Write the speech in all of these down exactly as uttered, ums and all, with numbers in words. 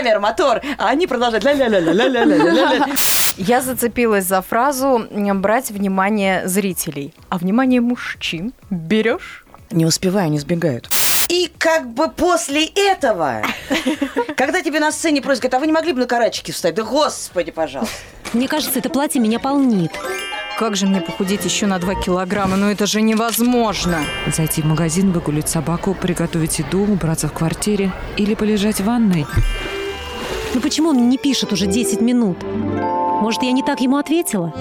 таймер, мотор, а они продолжают ля-ля-ля-ля-ля-ля-ля-ля-ля. Я зацепилась за фразу «брать внимание зрителей». А внимание мужчин берешь? Не успеваю, они сбегают. И как бы после этого, когда тебе на сцене просят, говорят, а вы не могли бы на карачики встать? Да господи, пожалуйста. Мне кажется, это платье меня полнит. Как же мне похудеть еще на два килограмма? Ну это же невозможно. Зайти в магазин, выгулять собаку, приготовить еду, убраться в квартире или полежать в ванной. Ну почему он не пишет уже десять минут? Может, я не так ему ответила?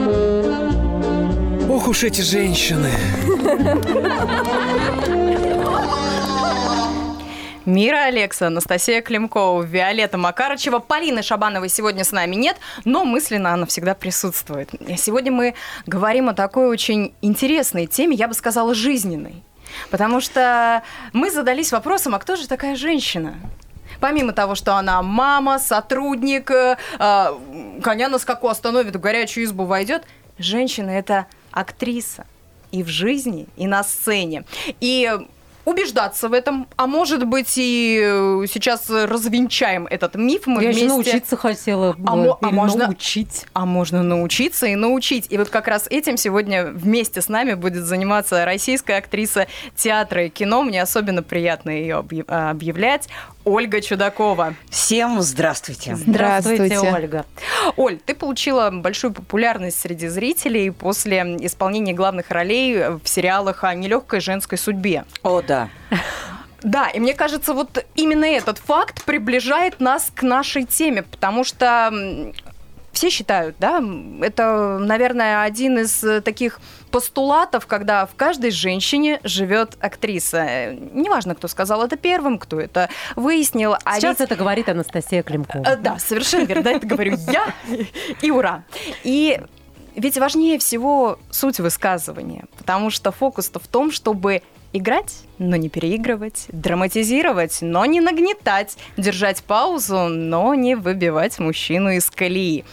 Ох уж эти женщины. Мира Алекса, Анастасия Климкова, Виолетта Макарычева, Полины Шабановой сегодня с нами нет, но мысленно она всегда присутствует. Сегодня мы говорим о такой очень интересной теме, я бы сказала, жизненной. Потому что мы задались вопросом, а кто же такая женщина? Помимо того, что она мама, сотрудник, э, коня на скаку остановит, в горячую избу войдет, женщина – это актриса и в жизни, и на сцене. И убеждаться в этом, а может быть и сейчас развенчаем этот миф. Мы Я вместе... еще научиться хотела. А, мо- а можно научить. А можно научиться и научить. И вот как раз этим сегодня вместе с нами будет заниматься российская актриса театра и кино. Мне особенно приятно ее объявлять. Ольга Чудакова. Всем здравствуйте. Здравствуйте, Здравствуйте, Ольга. Оль, ты получила большую популярность среди зрителей после исполнения главных ролей в сериалах о нелегкой женской судьбе. О, да. Да, и мне кажется, вот именно этот факт приближает нас к нашей теме, потому что все считают, да, это, наверное, один из таких постулатов, когда в каждой женщине живет актриса. Неважно, кто сказал это первым, кто это выяснил. А Сейчас ведь... это говорит Анастасия Климкова. Да, совершенно верно, это говорю я, и ура. И ведь важнее всего суть высказывания, потому что фокус-то в том, чтобы играть, но не переигрывать, драматизировать, но не нагнетать, держать паузу, но не выбивать мужчину из колеи.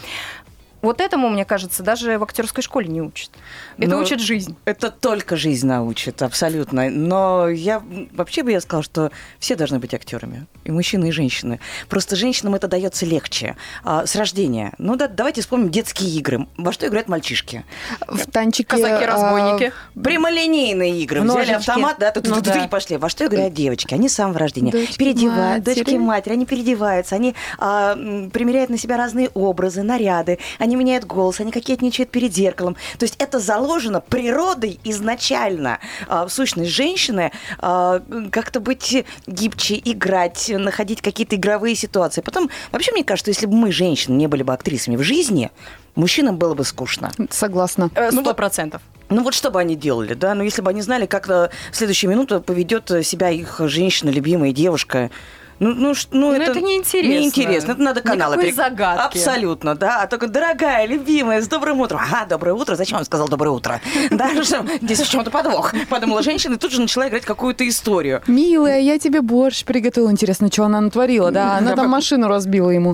Вот этому, мне кажется, даже в актерской школе не учат. Это Но учит жизнь. Это только жизнь научит, абсолютно. Но я вообще бы я сказала, что все должны быть актерами. И мужчины, и женщины. Просто женщинам это дается легче. А, с рождения. Ну да, давайте вспомним детские игры. Во что играют мальчишки? В танчике. Казаки-разбойники. А, прямолинейные игры. Взяли Ножички. автомат, да, тут Ну да. и пошли. Во что играют девочки? Они с самого рождения Дочки переодевают. матери. Дочки матери. Они переодеваются. Они а, м, примеряют на себя разные образы, наряды. Они меняют голос. Они кокетничают перед зеркалом. То есть это заложено природой изначально. А, в сущность женщины а, как-то быть гибче, играть, находить какие-то игровые ситуации. Потом, вообще, мне кажется, если бы мы, женщины, не были бы актрисами в жизни, мужчинам было бы скучно. Согласна. Сто процентов. Ну вот что бы они делали, да? Ну если бы они знали, как в следующую минуту поведет себя их женщина, любимая девушка. Ну, ну, ш- ну, Ну, это, это неинтересно. Неинтересно. Это надо каналы. Никакой перек- загадки. Абсолютно, да. А только, дорогая, любимая, с добрым утром. Ага, доброе утро. Зачем он сказал доброе утро? Да, что здесь в чем-то подвох. Подумала женщина и тут же начала играть какую-то историю. Милая, я тебе борщ приготовила. Интересно, что она натворила, да? Она Да, там по- машину разбила ему.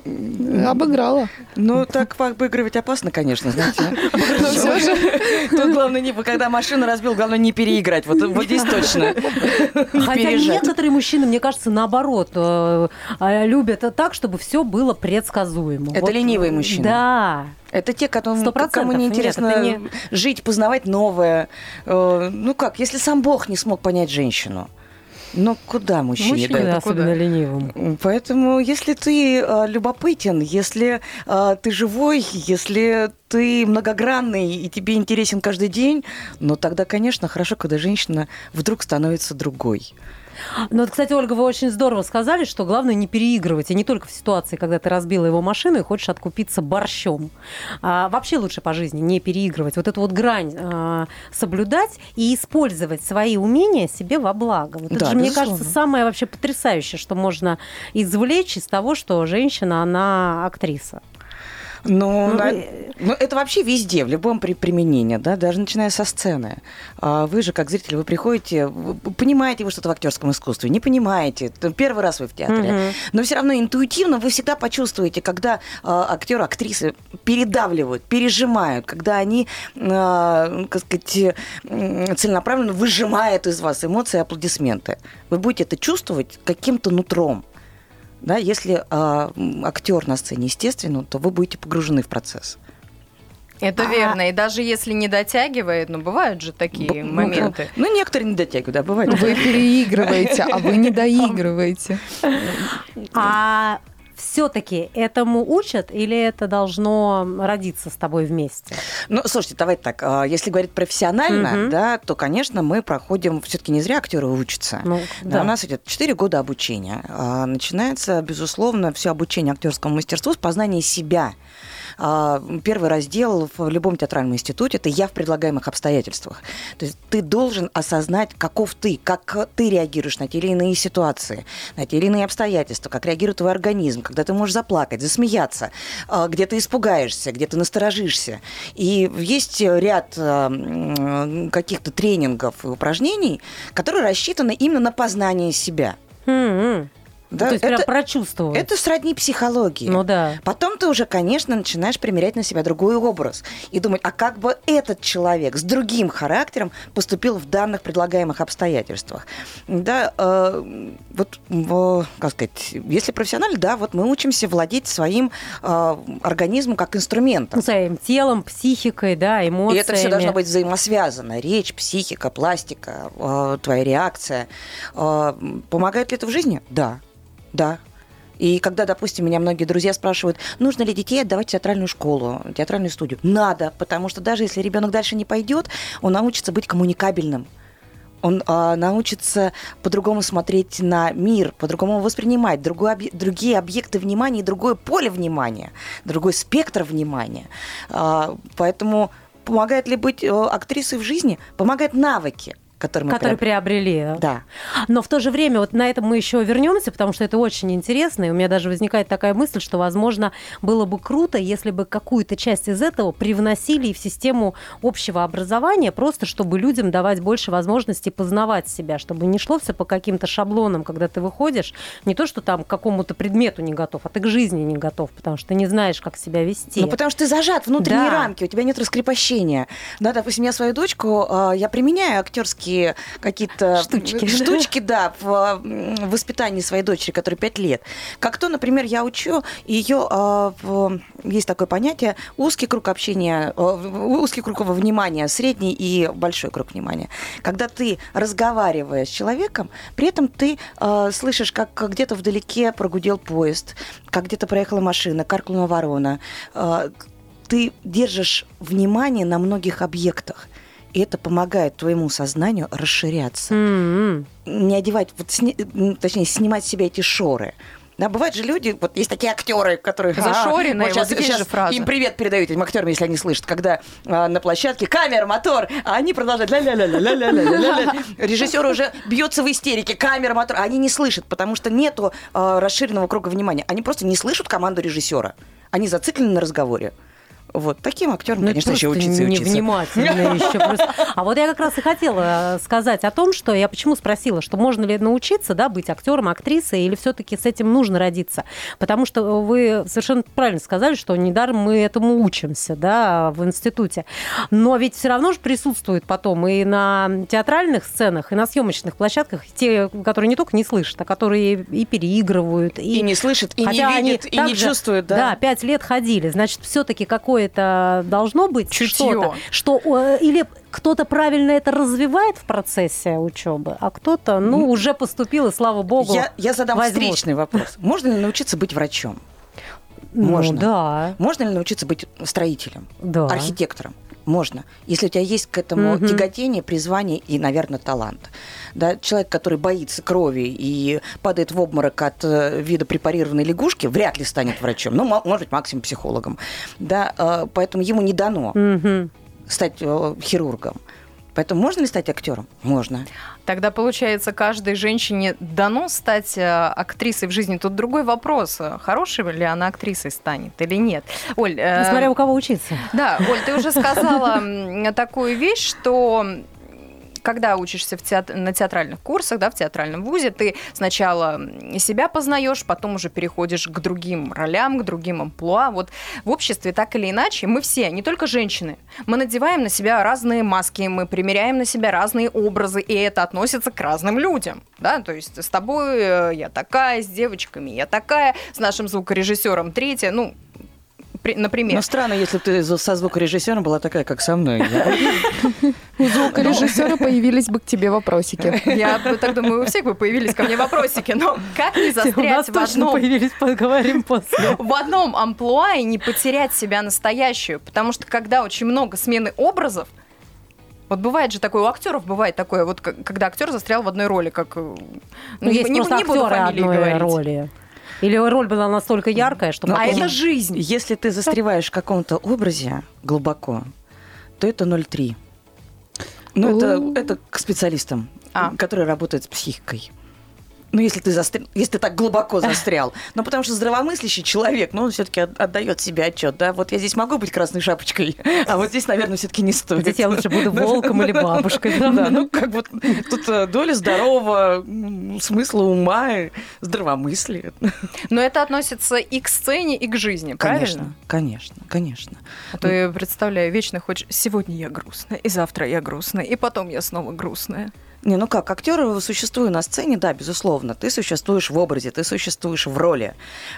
Обыграла. Ну, так обыгрывать опасно, конечно, знаете. Но все же. Тут главное, не, когда машину разбил, главное не переиграть. Вот, вот здесь точно. Не Хотя пережать. некоторые мужчины, мне кажется, наоборот, э, э, любят так, чтобы все было предсказуемо. Это ленивые мужчины. Да. Это те, которым, Сто процентов. кому неинтересно Нет, это не- жить, познавать новое. Э, Ну как, если сам Бог не смог понять женщину, ну куда мужчине? Мужчине, да? да, особенно ленивым. Поэтому, если ты э, любопытен, если э, ты живой, если ты многогранный и тебе интересен каждый день, ну тогда, конечно, хорошо, когда женщина вдруг становится другой. Ну, вот, кстати, Ольга, вы очень здорово сказали, что главное не переигрывать, и не только в ситуации, когда ты разбила его машину и хочешь откупиться борщом. А, вообще лучше по жизни не переигрывать. Вот эту вот грань а, соблюдать и использовать свои умения себе во благо. Вот это Да, же, мне безусловно. кажется, самое вообще потрясающее, что можно извлечь из того, что женщина, она актриса. Ну, Ну, на- вы- ну, это вообще везде, в любом при- применении, да, даже начиная со сцены. А вы же, как зритель, вы приходите, вы понимаете вы что-то в актерском искусстве, не понимаете, это первый раз вы в театре, Мгм. но все равно интуитивно вы всегда почувствуете, когда а, актеры, актрисы передавливают, пережимают, когда они, а, как сказать, м, целенаправленно выжимают из вас эмоции и аплодисменты. Вы будете это чувствовать каким-то нутром. Да, если э, актер на сцене естественно, то вы будете погружены в процесс. Это А- верно. И даже если не дотягивает, ну, бывают же такие Б- моменты. Ну, некоторые не дотягивают, да, бывает. Вы переигрываете, а вы не доигрываете. А все-таки этому учат или это должно родиться с тобой вместе? Ну, слушайте, давайте так. а, Если говорить профессионально, Мгм. да, то, конечно, мы проходим, все-таки не зря актеры учатся. Ну, Да, да. у нас идет четыре года обучения. А, Начинается, безусловно, все обучение актерскому мастерству с познания себя. А, Первый раздел в любом театральном институте – это «я в предлагаемых обстоятельствах». То есть ты должен осознать, каков ты, как ты реагируешь на те или иные ситуации, на те или иные обстоятельства, как реагирует твой организм, когда ты можешь заплакать, засмеяться, а, где ты испугаешься, где ты насторожишься. И есть ряд а, м, каких-то тренингов и упражнений, которые рассчитаны именно на познание себя. М-м. Да, То есть это, прям прочувствовать. это сродни психологии. Ну да. Потом ты уже, конечно, начинаешь примерять на себя другой образ и думать, а как бы этот человек с другим характером поступил в данных предлагаемых обстоятельствах. Да, э, вот, в, как сказать, если профессионально, да, вот мы учимся владеть своим э, организмом как инструментом. Ну, своим телом, психикой, да, И эмоциями. это все должно быть взаимосвязано. Речь, психика, пластика, э, твоя реакция. Э, помогает ли это в жизни? Да. Да. И когда, допустим, меня многие друзья спрашивают, нужно ли детей отдавать в театральную школу, театральную студию? Надо, потому что даже если ребенок дальше не пойдет, он научится быть коммуникабельным. Он а, научится по-другому смотреть на мир, по-другому воспринимать другой, объ- другие объекты внимания и другое поле внимания, другой спектр внимания. А, поэтому помогает ли быть э, актрисой в жизни? Помогают навыки, которые мы которые приобретаем. приобрели. Да. Но в то же время вот на этом мы еще вернемся, потому что это очень интересно. И у меня даже возникает такая мысль, что, возможно, было бы круто, если бы какую-то часть из этого привносили и в систему общего образования, просто чтобы людям давать больше возможностей познавать себя, чтобы не шло все по каким-то шаблонам, когда ты выходишь. Не то, что там к какому-то предмету не готов, а ты к жизни не готов, потому что ты не знаешь, как себя вести. Ну, потому что ты зажат в внутренней Да. рамке, у тебя нет раскрепощения. Да, допустим, я свою дочку, э, я применяю актерские какие-то Штучки. штучки, да, в м, воспитании своей дочери, которой пять лет. Как то, например, я учу ее, э, в- есть такое понятие, узкий круг общения, э, узкий круг внимания, средний и большой круг внимания. Когда ты, разговаривая с человеком, при этом ты э, слышишь, как где-то вдалеке прогудел поезд, как где-то проехала машина, каркнула ворона, э, ты держишь внимание на многих объектах, и это помогает твоему сознанию расширяться. М-м. Не одевать, вот, сни- точнее, снимать с себя эти шоры. Да, бывают же люди, вот есть такие актеры, которые... Зашоренные, вот вот видишь же фразу. Им привет передают этим актерам, если они слышат, когда а, на площадке камера, мотор, а они продолжают ля-ля-ля-ля-ля-ля-ля-ля. Режиссер уже бьется в истерике, камера, мотор, а они не слышат, потому что нету а, расширенного круга внимания. Они просто не слышат команду режиссера. Они зациклены на разговоре. Вот таким актерам, Ну, конечно, это еще просто учиться и учиться. невнимательно еще просто. А вот я как раз и хотела сказать о том, что я почему спросила, что можно ли научиться, да, быть актером, актрисой, или все-таки с этим нужно родиться. Потому что вы совершенно правильно сказали, что недаром мы этому учимся, да, в институте. Но ведь все равно же присутствует потом и на театральных сценах, и на съемочных площадках те, которые не только не слышат, а которые и переигрывают, И не слышат, и Хотя не они видят, и не также, чувствуют, да? Да, пять лет ходили. Значит, все-таки какое-то должно быть Чутье. что-то, что э, или кто-то правильно это развивает в процессе учебы, а кто-то, ну, уже поступил, и слава богу, Я, я задам возьмут. встречный вопрос. Можно ли научиться быть врачом? Ну, Можно. да, Можно ли научиться быть строителем, да. архитектором? Можно. Если у тебя есть к этому Мгм. тяготение, призвание и, наверное, талант. Да, человек, который боится крови и падает в обморок от э, вида препарированной лягушки, вряд ли станет врачом. Ну, мо- может быть, максимум психологом. Да, э, поэтому ему не дано Мгм. стать э, хирургом. Поэтому можно ли стать актером? Можно. Тогда, получается, каждой женщине дано стать э, актрисой в жизни. Тут другой вопрос. Хорошей ли она актрисой станет или нет? Оль, э, Ну, смотря у кого учиться. да, Оль, ты уже сказала м, такую вещь, что когда учишься в театр... на театральных курсах, да, в театральном вузе, ты сначала себя познаешь, потом уже переходишь к другим ролям, к другим амплуа. Вот в обществе так или иначе мы все, не только женщины, мы надеваем на себя разные маски, мы примеряем на себя разные образы, и это относится к разным людям. Да? То есть с тобой я такая, с девочками я такая, с нашим звукорежиссером третья, ну, например. Ну, странно, если бы ты со звукорежиссером была такая, как со мной. У звукорежиссера появились бы к тебе вопросики. Я так думаю, у всех бы появились ко мне вопросики, но как не застрять в одном... появились, поговорим после. В одном амплуа и не потерять себя настоящую, потому что когда очень много смены образов, вот бывает же такое, у актеров бывает такое, вот когда актер застрял в одной роли, как... Ну, есть не, просто не буду актеры фамилии одной говорить. роли. Или роль была настолько яркая, что... А потом... это жизнь. Если ты застреваешь в каком-то образе глубоко, то это ноль три. Ну, это, это к специалистам, А. которые работают с психикой. Ну, если ты, застря... если ты так глубоко застрял. Ну, потому что здравомыслящий человек, ну, он все-таки отдает себе отчет, да, вот я здесь могу быть красной шапочкой, а вот здесь, наверное, все-таки не стоит. Здесь я лучше буду волком или бабушкой. Да, ну, как бы тут доля здорового смысла ума, здравомыслия. Но это относится и к сцене, и к жизни, правильно? Конечно, конечно, конечно. А то я представляю, вечно хочешь, сегодня я грустная, и завтра я грустная, и потом я снова грустная. Не, ну как, актер, существуя на сцене, да, безусловно, ты существуешь в образе, ты существуешь в роли,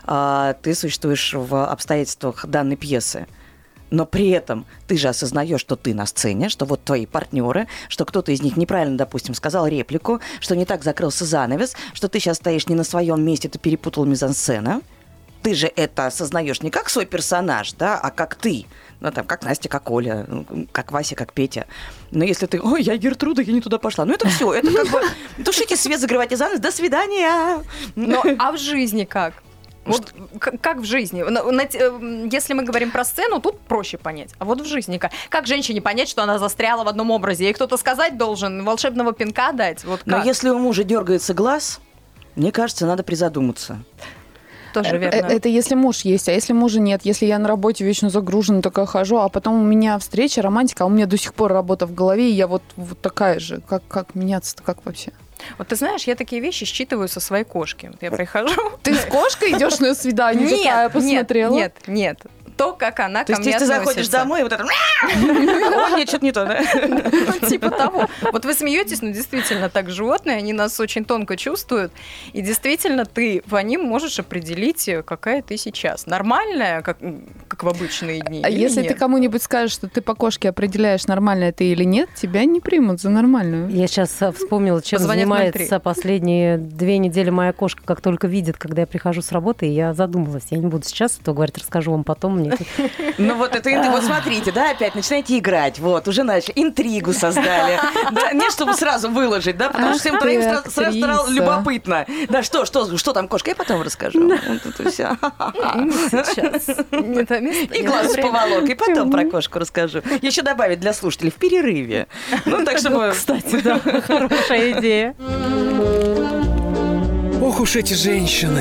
ты существуешь в обстоятельствах данной пьесы. Но при этом ты же осознаешь, что ты на сцене, что вот твои партнеры, что кто-то из них неправильно, допустим, сказал реплику, что не так закрылся занавес, что ты сейчас стоишь не на своем месте, ты перепутал мизансцену. Ты же это осознаешь не как свой персонаж, да, а как ты. Ну, там, как Настя, как Оля, как Вася, как Петя. Но если ты, ой, я Гертруда, я не туда пошла. Ну, это все, это как бы тушите свет, закрывайте занавес, до свидания. Но, а в жизни как? Вот как в жизни? Если мы говорим про сцену, тут проще понять. А вот в жизни как? Как женщине понять, что она застряла в одном образе? Ей кто-то сказать должен, волшебного пинка дать? Вот Но если у мужа дергается глаз, мне кажется, надо призадуматься. Тоже верно. Это если муж есть, а если мужа нет, если я на работе вечно загружена, такая хожу, а потом у меня встреча, романтика, а у меня до сих пор работа в голове, и я вот, вот такая же. Как, как меняться-то, как вообще? Вот ты знаешь, я такие вещи считываю со своей кошки. Вот я прихожу. Ты с кошкой идешь на свидание? Нет, такая посмотрела? Нет, нет, нет. То, как она ко мне относится. То есть, если ты заходишь домой, и вот это... Ой, нет, что-то не то, да? Типа того. Вот вы смеетесь, но действительно так животные, они нас очень тонко чувствуют. И действительно ты по ним можешь определить, какая ты сейчас. Нормальная, как, как в обычные дни? А если нет? ты кому-нибудь скажешь, что ты по кошке определяешь, нормальная ты или нет, тебя не примут за нормальную. Я сейчас вспомнила, чем Позвонят занимается последние две недели моя кошка, как только видит, когда я прихожу с работы, и я задумалась. Я не буду сейчас это говорить, расскажу вам потом. Мне Ну вот это, вот смотрите, да, опять начинаете играть, вот, уже начали, интригу создали, да, не чтобы сразу выложить, да, потому что всем троим сразу стало любопытно. Да, что, что, что там кошка, я потом расскажу. Вот это все. Сейчас. Не то место, И не глаз то в время. поволок, и потом про кошку расскажу. Еще добавить для слушателей в перерыве. Ну, так чтобы... Кстати, да, хорошая идея. Ох уж эти женщины.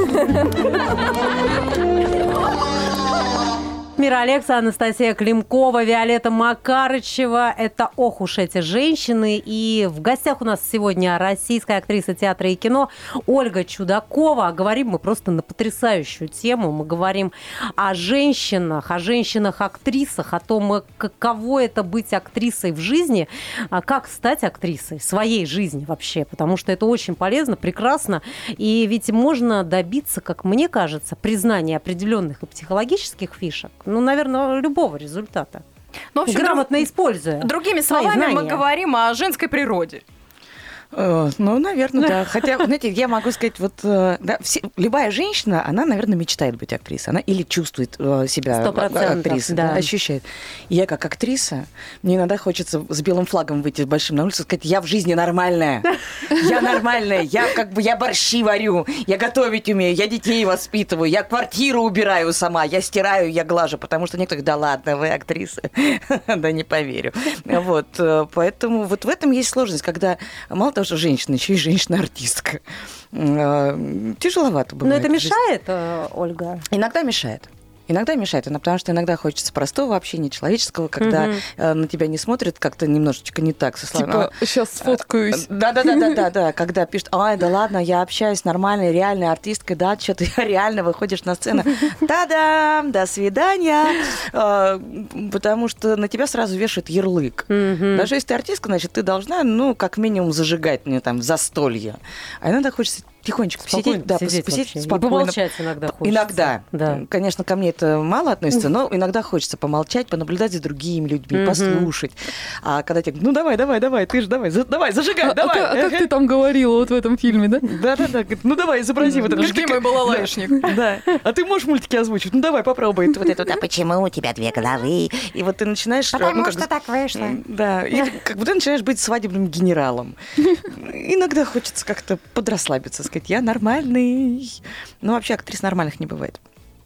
Мира Алекса, Анастасия Климкова, Виолетта Макарычева. Это «Ох уж эти женщины». И в гостях у нас сегодня российская актриса театра и кино Ольга Чудакова. Говорим мы просто на потрясающую тему. Мы говорим о женщинах, о женщинах-актрисах, о том, каково это быть актрисой в жизни, как стать актрисой своей жизни вообще. Потому что это очень полезно, прекрасно. И ведь можно добиться, как мне кажется, признания определенных и психологических фишек, ну, наверное, любого результата. Ну, в общем, грамотно друг- используя. Другими свои словами, мы знания. говорим о женской природе. Э, Ну, наверное, да. Хотя, знаете, я могу сказать, вот э, да, все- любая женщина, она, наверное, мечтает быть актрисой. Она или чувствует э, себя Сто процентов, актрисой, да. да, ощущает. И я как актриса, мне иногда хочется с белым флагом выйти с большим на улицу и сказать, я в жизни нормальная. Я нормальная. Я как бы, я борщи варю, я готовить умею, я детей воспитываю, я квартиру убираю сама, я стираю, я глажу. Потому что некоторые, да ладно, вы актриса. Да не поверю. Вот. э, Поэтому вот в этом есть сложность, когда мало того, что женщина, еще и женщина-артистка. Э, Тяжеловато Но бывает. это в жизни. мешает, э, Ольга? Иногда мешает. Иногда мешает, она, потому что иногда хочется простого общения, человеческого, когда Мгм. э, на тебя не смотрят как-то немножечко не так. Со словами. Типа, сейчас сфоткаюсь. Да-да-да-да-да, когда пишут, ай, да ладно, я общаюсь с нормальной, реальной артисткой, да, что ты реально выходишь на сцену. Та-дам, до свидания. А, Потому что на тебя сразу вешают ярлык. Мгм. Даже если ты артистка, значит, ты должна, ну, как минимум, зажигать мне там застолье. А иногда хочется тихонечко Спокойно посидеть, да, посидеть посидеть вообще. И спокойно. помолчать иногда хочется. Иногда. Да. Конечно, ко мне это мало относится, но иногда хочется помолчать, понаблюдать за другими людьми, Мгм. послушать. А когда тебе говорят, ну давай, давай, давай, ты же давай, за- давай, зажигай, А, а давай. как- а как ты там говорила вот в этом фильме, да? Да-да-да, говорит, ну давай, изобрази вот это. Жги мой балалайшник. Да. А ты можешь мультики озвучивать? Ну давай, попробуй. Вот это вот, а почему у тебя две головы? И вот ты начинаешь... ну, как бы, так вышло. Да, и как бы ты начинаешь быть свадебным генералом. Иногда хочется как-то подрасслабиться, сказать, я нормальный. Ну, вообще, актрис нормальных не бывает.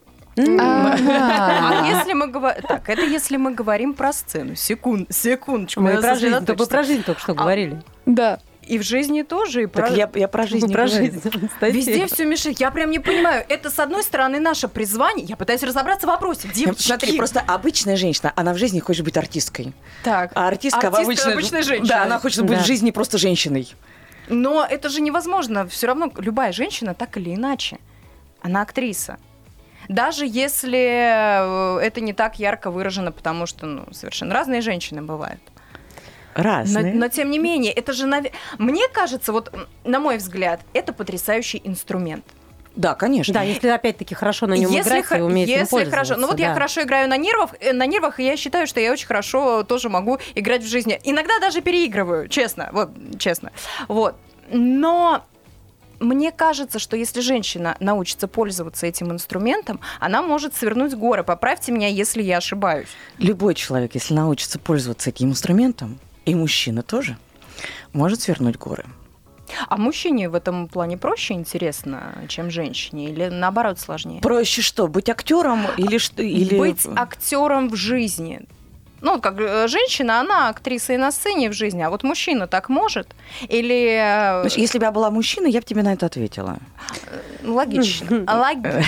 А Ага. если мы говорим... Так, это если мы говорим про сцену. Секунд, секундочку. Мы надо про жизнь, только сосредоточиться. про жизнь только что А, говорили. Да. И в жизни тоже, и про... Так я, я про жизнь не Про говорю. жизнь. Анастасия. Везде все мешает. Я прям не понимаю. Это, с одной стороны, наше призвание. Я пытаюсь разобраться в вопросе. Девочки. Смотри, просто обычная женщина, она в жизни хочет быть артисткой. Так. А артистка, в Артистка обычной... обычной женщиной. Да, она хочет быть Да. в жизни просто женщиной. Но это же невозможно. Все равно любая женщина так или иначе. Она актриса. Даже если э, это не так ярко выражено, потому что ну, совершенно разные женщины бывают. Но, Разные. но тем не менее, это же, наве- мне кажется, вот м, на мой взгляд, это потрясающий инструмент. Да, конечно. Да, если опять-таки хорошо на нем Если, играть хо- и уметь им если пользоваться. хорошо, ну вот я да. хорошо играю на нервах, э, на нервах, и я считаю, что я очень хорошо тоже могу играть в жизни. Иногда даже переигрываю, честно, вот честно, вот. Но мне кажется, что если женщина научится пользоваться этим инструментом, она может свернуть горы. Поправьте меня, если я ошибаюсь. Любой человек, если научится пользоваться этим инструментом, и мужчина тоже, может свернуть горы. А мужчине в этом плане проще, интересно, чем женщине, или наоборот сложнее? Проще что, быть актером или что? Или... Быть актером в жизни. Ну, вот как э, женщина, она актриса и на сцене в жизни, а вот мужчина так может? Или... э, Знаешь, если бы я была мужчиной, я бы тебе на это ответила. Логично. Логично.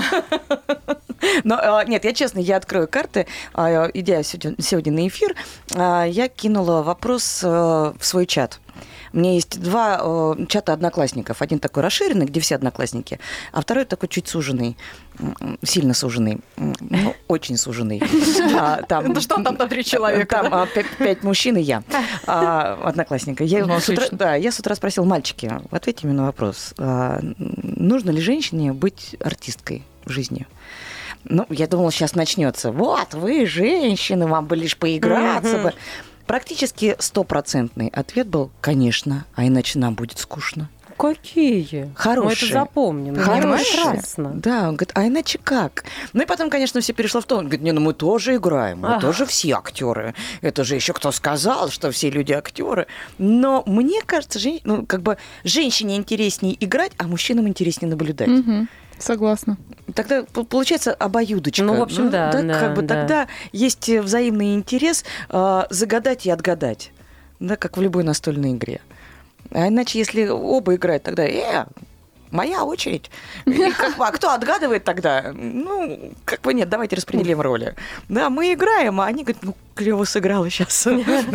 Но а, нет, я честно, я открою карты. А, идя сегодня, сегодня на эфир, а, я кинула вопрос а, в свой чат. У меня есть два э, чата одноклассников. Один такой расширенный, где все одноклассники, а второй такой чуть суженный, м, сильно суженный, м, ну, очень суженный. А, там, Ну что там, там три человека? Там а, пять, пять мужчин и я, а, одноклассника. Я, Ну, с утра, отлично. да, я с утра спросила, мальчики, ответьте мне на вопрос, а, нужно ли женщине быть артисткой в жизни? Ну, я думала, сейчас начнется. Вот, вы женщины, вам бы лишь поиграться бы. Практически стопроцентный ответ был, конечно, а иначе нам будет скучно. Какие? Хорошие. Мы это запомним. Хорошие. Прекрасно. Да, он говорит, а иначе как? Ну и потом, конечно, все перешло в то. Он говорит, не, ну мы тоже играем, мы Ага. тоже все актеры. Это же еще кто сказал, что все люди актеры. Но мне кажется, жен- ну, как бы женщине интереснее играть, а мужчинам интереснее наблюдать. Мгм. Согласна. Тогда п- получается обоюдочка. Ну, в общем, да, да, как бы да. тогда есть взаимный интерес э, загадать и отгадать, да, как в любой настольной игре. А иначе, если оба играют, тогда, э, моя очередь. И как бы, а кто отгадывает тогда? Ну, как бы нет, давайте распределим роли. Да, мы играем, а они говорят, ну, клево сыграла сейчас.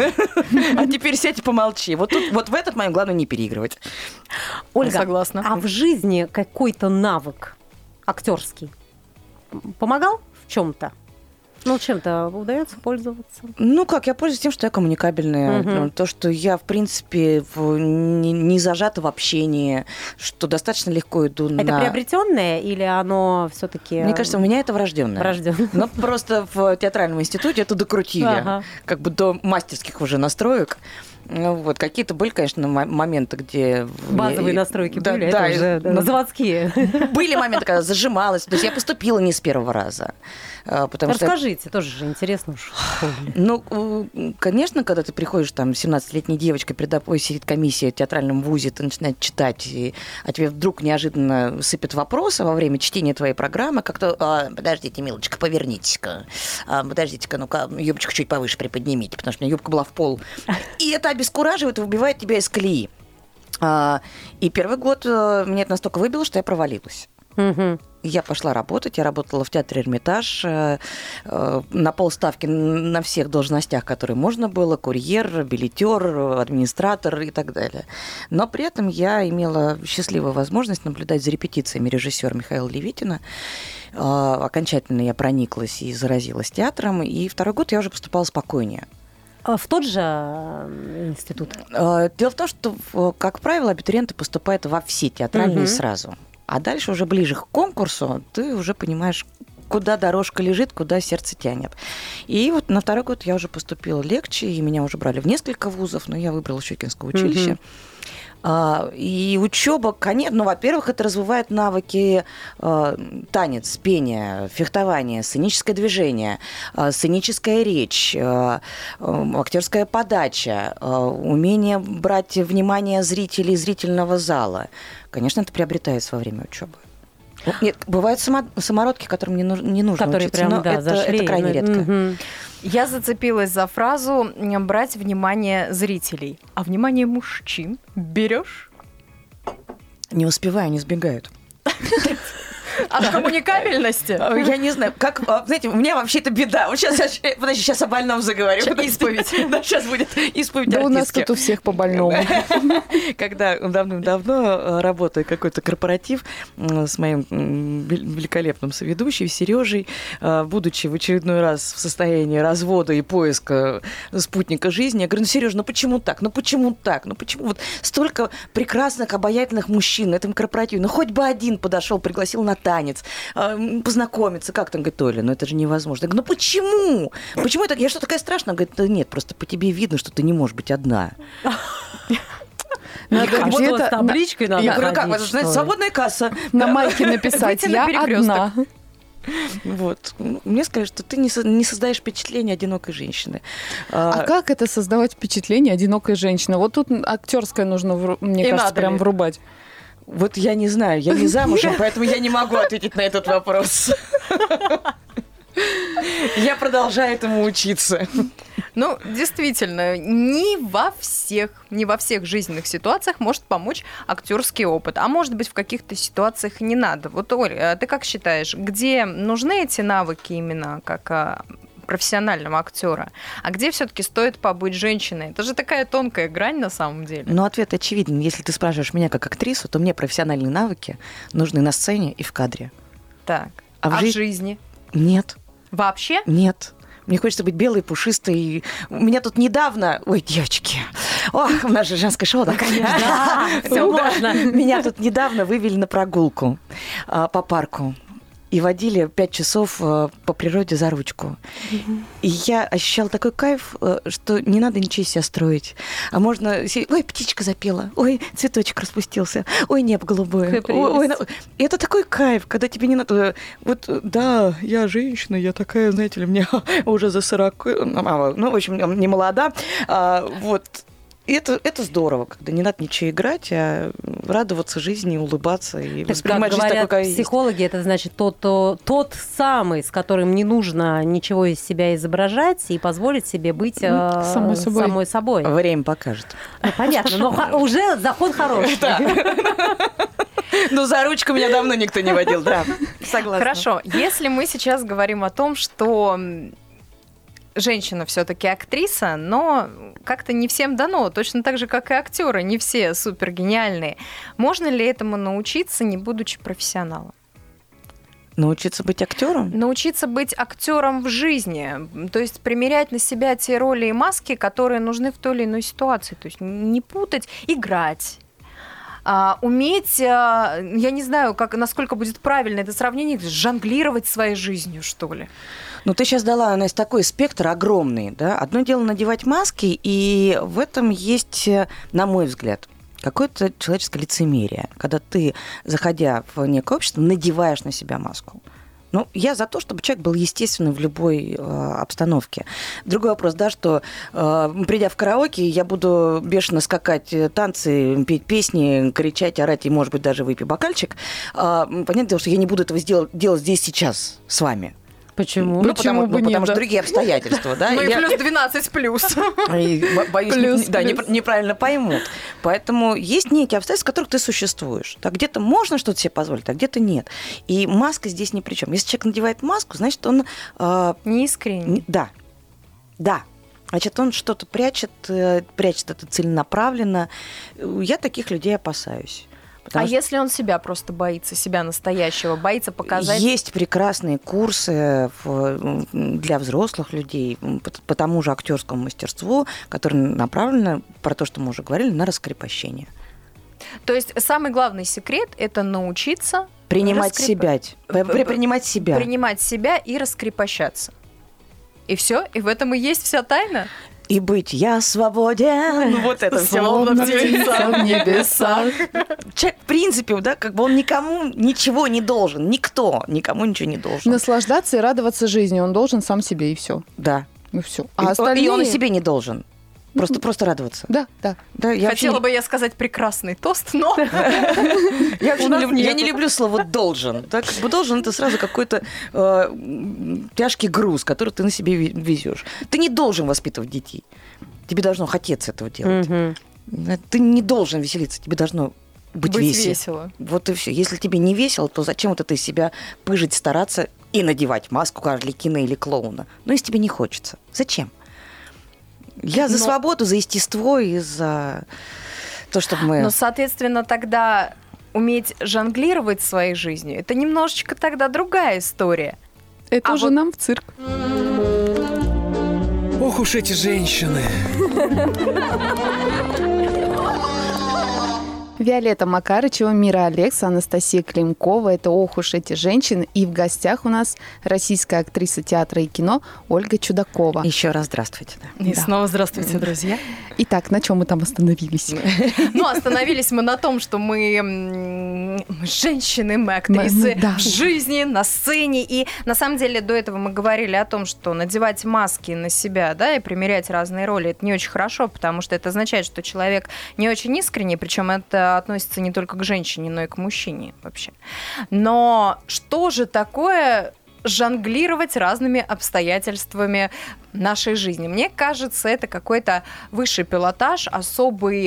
А теперь сядь и помолчи. Вот тут, вот в этот момент главное не переигрывать. Ольга, Согласна. а в жизни какой-то навык актерский помогал в чем-то? Ну, чем-то удается пользоваться? Ну как, я пользуюсь тем, что я коммуникабельная. Мгм. То, что я, в принципе, в- не, не зажата в общении, что достаточно легко иду на... Это приобретенное или оно все-таки? Мне кажется, у меня это врожденное. врожденное. Но просто в театральном институте это докрутили. Ага. Как бы до мастерских уже настроек. Ну, вот. Какие-то были, конечно, м- моменты, где... в- Базовые я- настройки да, были, да, это уже да, ну, заводские. были моменты, когда зажималась. То есть я поступила не с первого раза. а, Потому что Расскажите, тоже же интересно уж. Оля. Ну, э, конечно, когда ты приходишь, там, семнадцатилетней девочкой, перед тобой сидит комиссия в театральном вузе, ты начинаешь читать, и, а тебе вдруг неожиданно сыпят вопросы во время чтения твоей программы, как-то, «А, подождите, милочка, повернитесь-ка, А, подождите-ка, ну-ка, юбочку чуть повыше приподнимите, потому что у меня юбка была в пол». И это обескураживает и выбивает тебя из колеи. А, И первый год э, меня это настолько выбило, что я провалилась. Мгм. Я пошла работать, я работала в театре «Эрмитаж», э, э, на полставки на всех должностях, которые можно было, курьер, билетер, администратор и так далее. Но при этом я имела счастливую возможность наблюдать за репетициями режиссера Михаила Левитина. Э, окончательно я прониклась и заразилась театром, и второй год я уже поступала спокойнее. В тот же институт? Дело в том, что, как правило, абитуриенты поступают во все театральные угу. сразу. А дальше уже ближе к конкурсу ты уже понимаешь, куда дорожка лежит, куда сердце тянет. И вот на второй год я уже поступила легче, и меня уже брали в несколько вузов, но я выбрала Щукинское училище. Угу. И учеба, конечно, ну, во-первых, это развивает навыки э, танец, пение, фехтование, сценическое движение, э, сценическая речь, э, э, актерская подача, э, умение брать внимание зрителей зрительного зала. Конечно, это приобретается во время учебы. Нет, бывают само- самородки, которым не, нуж- не нужно которые учиться, прям, но да, это, зашли, это крайне ну, редко. Угу. Я зацепилась за фразу «брать внимание зрителей». А внимание мужчин берешь? Не успеваю, не сбегают. От коммуникабельности? Я не знаю, как, знаете, у меня вообще это беда. Вот сейчас, подожди, сейчас о больном заговорю. Исповедь. Да, сейчас будет исповедь Да у нас артистки. тут у всех по больному. Когда давным-давно работая какой-то корпоратив с моим великолепным соведущим Сережей, будучи в очередной раз в состоянии развода и поиска спутника жизни, я говорю, ну, Сережа, ну почему так? Ну почему так? Ну почему вот столько прекрасных, обаятельных мужчин на этом корпоративе? Ну хоть бы один подошел, пригласил на танец, познакомиться. Как там, говорит, Оля, ну это же невозможно. Я говорю, ну почему? Почему это? Я что, такая страшная? Говорит, да нет, просто по тебе видно, что ты не можешь быть одна. Надо где-то с табличкой надо. Я говорю, как? Это, знаете, свободная касса. На майке написать, я одна. Вот. Мне сказали, что ты не, со- не создаешь впечатление одинокой женщины. А, а как это создавать впечатление одинокой женщины? Вот тут актерское нужно, вру- мне И кажется, прям ли? врубать. Вот я не знаю, я не замужем, поэтому я не могу ответить на этот вопрос. Я продолжаю этому учиться. Ну, действительно, не во всех, не во всех жизненных ситуациях может помочь актерский опыт. А может быть, в каких-то ситуациях не надо. Вот, Оля, ты как считаешь, где нужны эти навыки именно как а, профессионального актера, а где все-таки стоит побыть женщиной? Это же такая тонкая грань на самом деле. Но ответ очевиден. Если ты спрашиваешь меня как актрису, то мне профессиональные навыки нужны на сцене и в кадре. Так, А а, в в жи- жизни? Нет, Вообще? нет. Мне хочется быть белой, пушистой. У меня тут недавно... Ой, девочки. Ох, у нас же женское шоу, да? Да, все можно. Меня тут недавно вывели на прогулку а, по парку. И водили пять часов а, по природе за ручку. И я ощущала такой кайф, а, что не надо ничего из себя строить. А можно... си- Ой, птичка запела. Ой, цветочек распустился. Ой, небо голубое. Какая Ой, ой, прелесть. на- И это такой кайф, когда тебе не надо... Вот, да, я женщина, я такая, знаете ли, мне уже за сорок... Ну, в общем, не молода. А, вот... И это, это здорово, когда не надо ничего играть, а радоваться жизни, улыбаться и Так, как воспринимать жизнь такой, говорят какая есть. психологи, это значит тот, то- тот самый, с которым не нужно ничего из себя изображать и позволить себе быть Ну, э, самой собой. самой собой. Время покажет. Ну, понятно, но х- уже закон хороший. Ну, за ручку меня давно никто не водил, да. Согласна. Хорошо, если мы сейчас говорим о том, что м, женщина все-таки актриса, но как-то не всем дано, точно так же, как и актеры, не все супер гениальные. Можно ли этому научиться, не будучи профессионалом? Научиться быть актером? Научиться быть актером в жизни, то есть примерять на себя те роли и маски, которые нужны в той или иной ситуации, то есть не путать, играть. А, уметь, а, я не знаю, как, насколько будет правильно это сравнение, жонглировать своей жизнью, что ли. Ну, ты сейчас дала, Настя, такой спектр огромный, да? Одно дело надевать маски, и в этом есть, на мой взгляд, какое-то человеческое лицемерие, когда ты, заходя в некое общество, надеваешь на себя маску. Ну, я за то, чтобы человек был естественным в любой э, обстановке. Другой вопрос, да, что э, придя в караоке, я буду бешено скакать э, танцы, петь песни, кричать, орать и, может быть, даже выпить бокальчик. Э, понятное дело, что я не буду этого сделать, делать здесь сейчас с вами. Почему? Ну, Почему потому, бы ну, нет, потому что да? другие обстоятельства, да? Ну и Я- плюс двенадцать плюс. И бо- боюсь, Плюс, не- да, не- плюс. неправильно поймут. Поэтому есть некие обстоятельства, в которых ты существуешь. Так, где-то можно что-то себе позволить, а где-то нет. И маска здесь ни при чем. Если человек надевает маску, значит, он... э, Неискренне. не- да, да. Значит, он что-то прячет, э, прячет это целенаправленно. Я таких людей опасаюсь. А Потому что если он себя просто боится, себя настоящего, боится показать? есть прекрасные курсы в- для взрослых людей по, по тому же актерскому мастерству, которые направлены, про то, что мы уже говорили, на раскрепощение. То есть самый главный секрет – это научиться Принимать раскреп- себя. При- при- Принимать себя. принимать себя и раскрепощаться. И все? И в этом и есть вся тайна? И быть я свободен. Вот это все. Словно птица в небесах. Человек, в принципе, да, как бы он никому ничего не должен. Никто никому ничего не должен. Наслаждаться и радоваться жизни он должен сам себе, и все. Да. И все. И- А остальные... И он и себе не должен. Просто, просто радоваться. Да, да. Да, я вообще Хотела не- бы я сказать прекрасный тост, но... Я вообще У не нас люблю, я нету. не люблю слово «должен». Так, как бы должен – это сразу какой-то э, м, тяжкий груз, который ты на себе ве- везешь. Ты не должен воспитывать детей. Тебе должно хотеться этого делать. Мгм. Ты не должен веселиться, тебе должно быть, Быть весело. весело. Вот и все. Если тебе не весело, то зачем вот это из себя пыжить, стараться и надевать маску Арлекина или клоуна? Ну, если тебе не хочется. Зачем? Я за Но- свободу, за естество и за то, чтобы мы... Но, соответственно, тогда уметь жонглировать своей жизнью, это немножечко тогда другая история. Это А уже вот- нам в цирк. Ох уж эти женщины. Виолетта Макарычева, Мира Алекса, Анастасия Климкова. Это «Ох уж эти женщины». И в гостях у нас российская актриса театра и кино Ольга Чудакова. Еще раз здравствуйте. Да. И Да. снова здравствуйте, друзья. Итак, на чем мы там остановились? Ну, остановились мы на том, что мы, м, мы женщины, мы актрисы Мы- мы- да. в жизни, на сцене. И на самом деле до этого мы говорили о том, что надевать маски на себя, да, и примерять разные роли, это не очень хорошо, потому что это означает, что человек не очень искренний, причем это относится не только к женщине, но и к мужчине вообще. Но что же такое жонглировать разными обстоятельствами нашей жизни? Мне кажется, это какой-то высший пилотаж, особый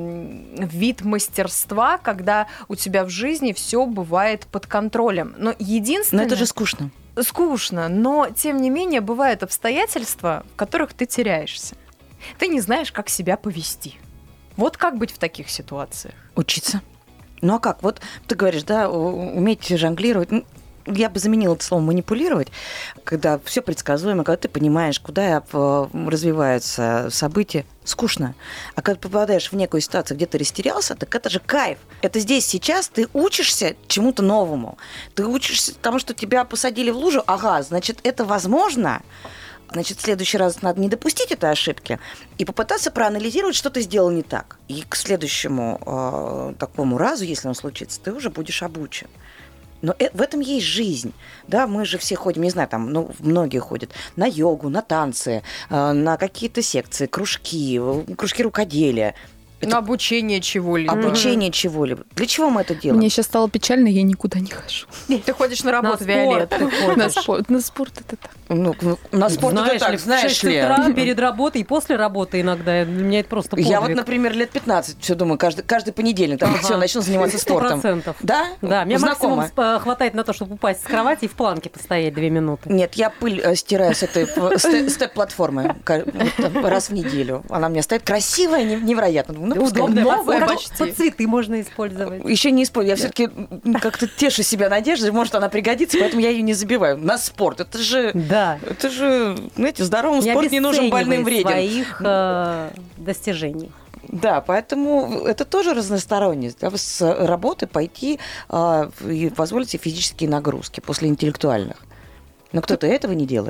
м, вид мастерства, когда у тебя в жизни все бывает под контролем. Но Но единственное... это же скучно. скучно, но тем не менее бывают обстоятельства, в которых ты теряешься. Ты не знаешь, как себя повести. Вот как быть в таких ситуациях? Учиться. Ну а как? Вот ты говоришь, да, у- уметь жонглировать. Ну, я бы заменила это слово манипулировать, когда все предсказуемо, когда ты понимаешь, куда э, развиваются события. Скучно. А когда попадаешь в некую ситуацию, где ты растерялся, так это же кайф. Это здесь, сейчас ты учишься чему-то новому. Ты учишься тому, что тебя посадили в лужу. Ага, значит, это возможно. Значит, в следующий раз надо не допустить этой ошибки и попытаться проанализировать, что ты сделал не так. И к следующему э, такому разу, если он случится, ты уже будешь обучен. Но э- в этом есть жизнь. Да, мы же все ходим, не знаю, там, ну, многие ходят на йогу, на танцы, э, на какие-то секции, кружки, э, кружки рукоделия. Это На обучение чего-либо. обучение чего-либо. Для чего мы это делаем? Мне сейчас стало печально, я никуда не хожу. Ты ходишь на На работу, спорт Виолетта. ты ходишь. На спорт, на спорт это так. Ну, на спорт знаешь это так, ли, в знаешь шесть ли. утра перед работой и после работы иногда. Для меня это просто подвиг. Я вот, например, лет пятнадцать все думаю, каждый, каждый понедельник, там, Ага. все, начну заниматься Сто спортом. процентов. Да? Да, мне максимум Знакомо? сп- хватает на то, чтобы упасть с кровати и в планке постоять две минуты. Нет, я пыль э, стираю с этой п- сте- степ-платформы ка- вот там раз в неделю. Она у меня стоит красивая, не- невероятно. Думаю, ну, пускай. Удобно, новая как почти. под цветы можно использовать. Еще не использую. Я все-таки как-то тешу себя надеждой, может, она пригодится, поэтому я ее не забиваю. На спорт. Это же, Да. это же, знаете, здоровому спорт не нужен больным обесценивай вреден. своих э, достижений. Да, поэтому это тоже разносторонность. Да, с работы пойти а, и позволить себе физические нагрузки после интеллектуальных. Но кто-то этого не делает.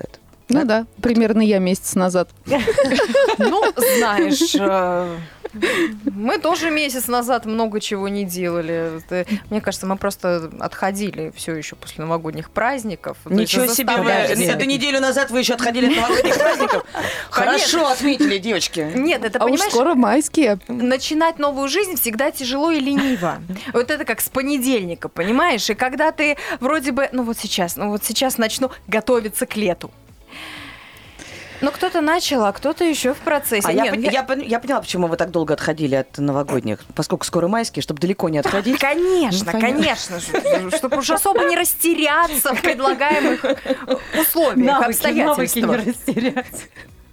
Ну да, примерно я месяц назад. Ну, знаешь, э, мы тоже месяц назад много чего не делали. Это, мне кажется, мы просто отходили все еще после новогодних праздников. То есть Ничего себе, вы, заставляли себя. это неделю назад вы еще отходили от новогодних праздников. Хорошо отметили, девочки. Нет, это, А уж понимаешь, скоро майские. начинать новую жизнь всегда тяжело и лениво. Вот это как с понедельника, понимаешь? И когда ты вроде бы, ну вот сейчас, ну вот сейчас начну готовиться к лету. Но кто-то начал, а кто-то еще в процессе. А я, Нет, пон- я- я пон- я поняла, почему вы так долго отходили от новогодних, поскольку скоро майские, чтобы далеко не отходить. Конечно, Ну, понятно. конечно же, чтобы уж особо не растеряться в предлагаемых условиях, Навыки, навыки не обстоятельствах. растерять.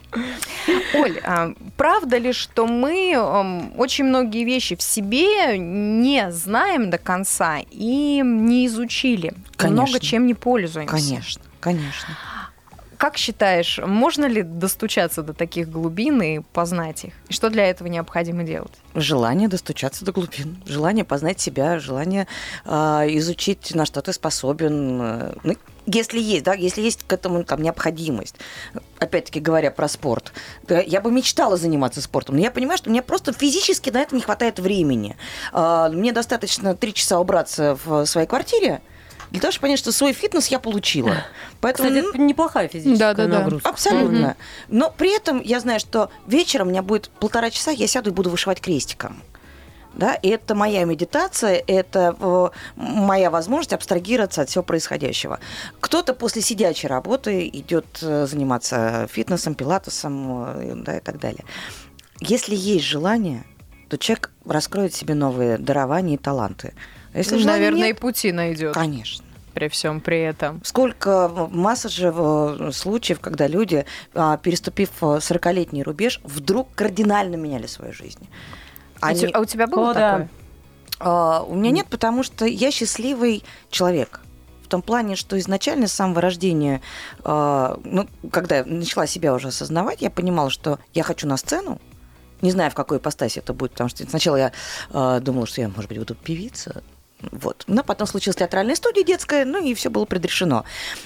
Оль, а правда ли, что мы м, очень многие вещи в себе не знаем до конца и не изучили? Конечно. Много чем не пользуемся. Конечно, конечно. Как считаешь, можно ли достучаться до таких глубин и познать их? И что для этого необходимо делать? Желание достучаться до глубин, желание познать себя, желание э, изучить, на что ты способен. э, Ну, если есть, да, если есть к этому там необходимость. Опять-таки говоря про спорт, да, я бы мечтала заниматься спортом, но я понимаю, что мне просто физически на это не хватает времени. Э, Мне достаточно три часа убраться в своей квартире для того, чтобы понять, что свой фитнес я получила. Поэтому, Кстати, ну, это неплохая физическая Да-да-да. нагрузка. абсолютно. Но при этом я знаю, что вечером у меня будет полтора часа, я сяду и буду вышивать крестиком. Да? И это моя медитация, это э, моя возможность абстрагироваться от всего происходящего. Кто-то после сидячей работы идет э, заниматься фитнесом, пилатесом, э, да, и так далее. Если есть желание, то человек раскроет себе новые дарования и таланты. А если желания Наверное, нет, и пути найдет конечно. при всем при этом. Сколько масса же э, случаев, когда люди, а, переступив э, сорокалетний рубеж, вдруг кардинально меняли свою жизнь. А, Они- у те- а у тебя было О, да. такое? А, у меня нет, потому что я счастливый человек. В том плане, что изначально с самого рождения, а, ну, когда я начала себя уже осознавать, я понимала, что я хочу на сцену. Не знаю, в какой ипостаси это будет, потому что сначала я а, думала, что я, может быть, буду певица. Вот. Но потом случилась театральная студия детская, ну и все было предрешено.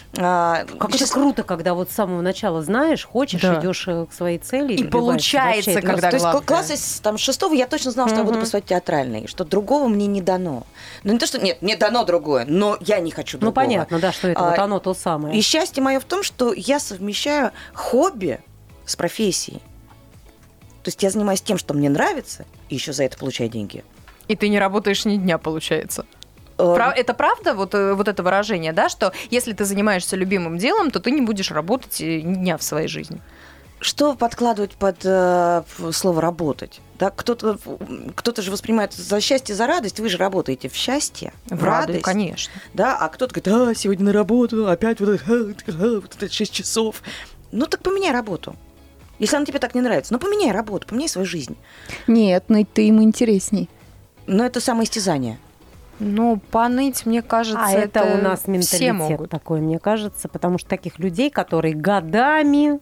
А, Как сейчас- это круто, когда вот с самого начала знаешь, хочешь, Да. идешь э, к своей цели. И добиваешься. получается, Вообще, это когда То есть главное. класса с там, шестого я точно знала, что я буду Мгм. поступать в театральный, что другого мне не дано. Ну не то, что нет, мне дано другое, но я не хочу Ну, другого. понятно, да, что это А, вот оно то самое. И счастье мое в том, что я совмещаю хобби с профессией. То есть я занимаюсь тем, что мне нравится, и еще за это получаю деньги. И ты не работаешь ни дня, получается. Э, Прав- Это правда, вот, э, вот это выражение, да, что если ты занимаешься любимым делом, то ты не будешь работать э, ни дня в своей жизни? Что подкладывать под э, в слово «работать»? Да, кто-то, кто-то же воспринимает за счастье, за радость. Вы же работаете в счастье, в, радость. Конечно. Да, а кто-то говорит, а, сегодня на работу, опять вот это, вот это шесть часов. Ну так поменяй работу. Если она тебе так не нравится, ну поменяй работу, поменяй свою жизнь. Нет, ныть ты им интересней. Но это самоистязание. Ну, поныть, мне кажется, А это, у нас все менталитет могут. такой, мне кажется, потому что таких людей, которые годами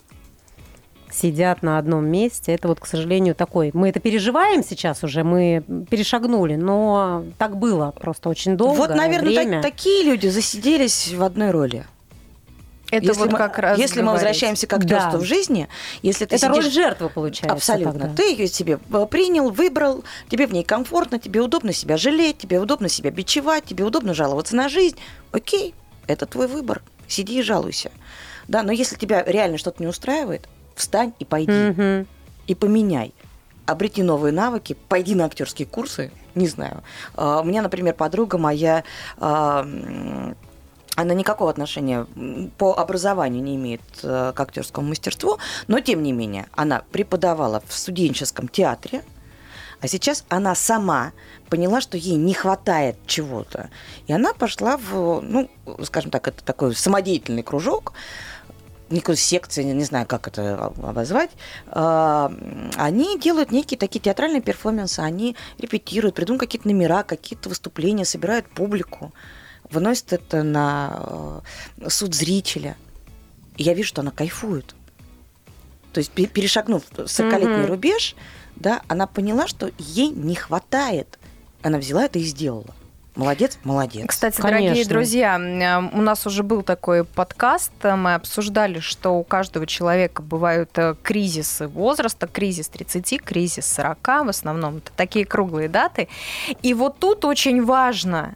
сидят на одном месте, это вот, к сожалению, такой. Мы это переживаем сейчас уже, мы перешагнули, но так было просто очень долго. Вот, наверное, время. так- такие люди засиделись в одной роли. Это если вот мы, как раз если мы говорить. возвращаемся к актерству Да. в жизни, если ты Это сидишь... роль жертвы, получается. Абсолютно. тогда. Ты ее себе э, принял, выбрал, тебе в ней комфортно, тебе удобно себя жалеть, тебе удобно себя бичевать, тебе удобно жаловаться на жизнь. Окей, это твой выбор. Сиди и жалуйся. Да, но если тебя реально что-то не устраивает, встань и пойди. Мгм. И поменяй. Обрети новые навыки, пойди на актерские курсы, не знаю. А, У меня, например, подруга моя, а, м, она никакого отношения м, по образованию не имеет э, к актерскому мастерству, но тем не менее она преподавала в студенческом театре, а сейчас она сама поняла, что ей не хватает чего-то. И она пошла в, ну, скажем так, это такой самодеятельный кружок, некую секцию, не знаю, как это обозвать, а, они делают некие такие театральные перформансы, они репетируют, придумывают какие-то номера, какие-то выступления, собирают публику, выносят это на э, суд зрителя. И я вижу, что она кайфует. То есть, пе- перешагнув сорокалетний Мгм. рубеж, да, она поняла, что ей не хватает. Она взяла это и сделала. Молодец, молодец. Кстати, Конечно. дорогие друзья, у нас уже был такой подкаст, мы обсуждали, что у каждого человека бывают кризисы возраста, кризис тридцати, кризис сорока, в основном это такие круглые даты. И вот тут очень важно,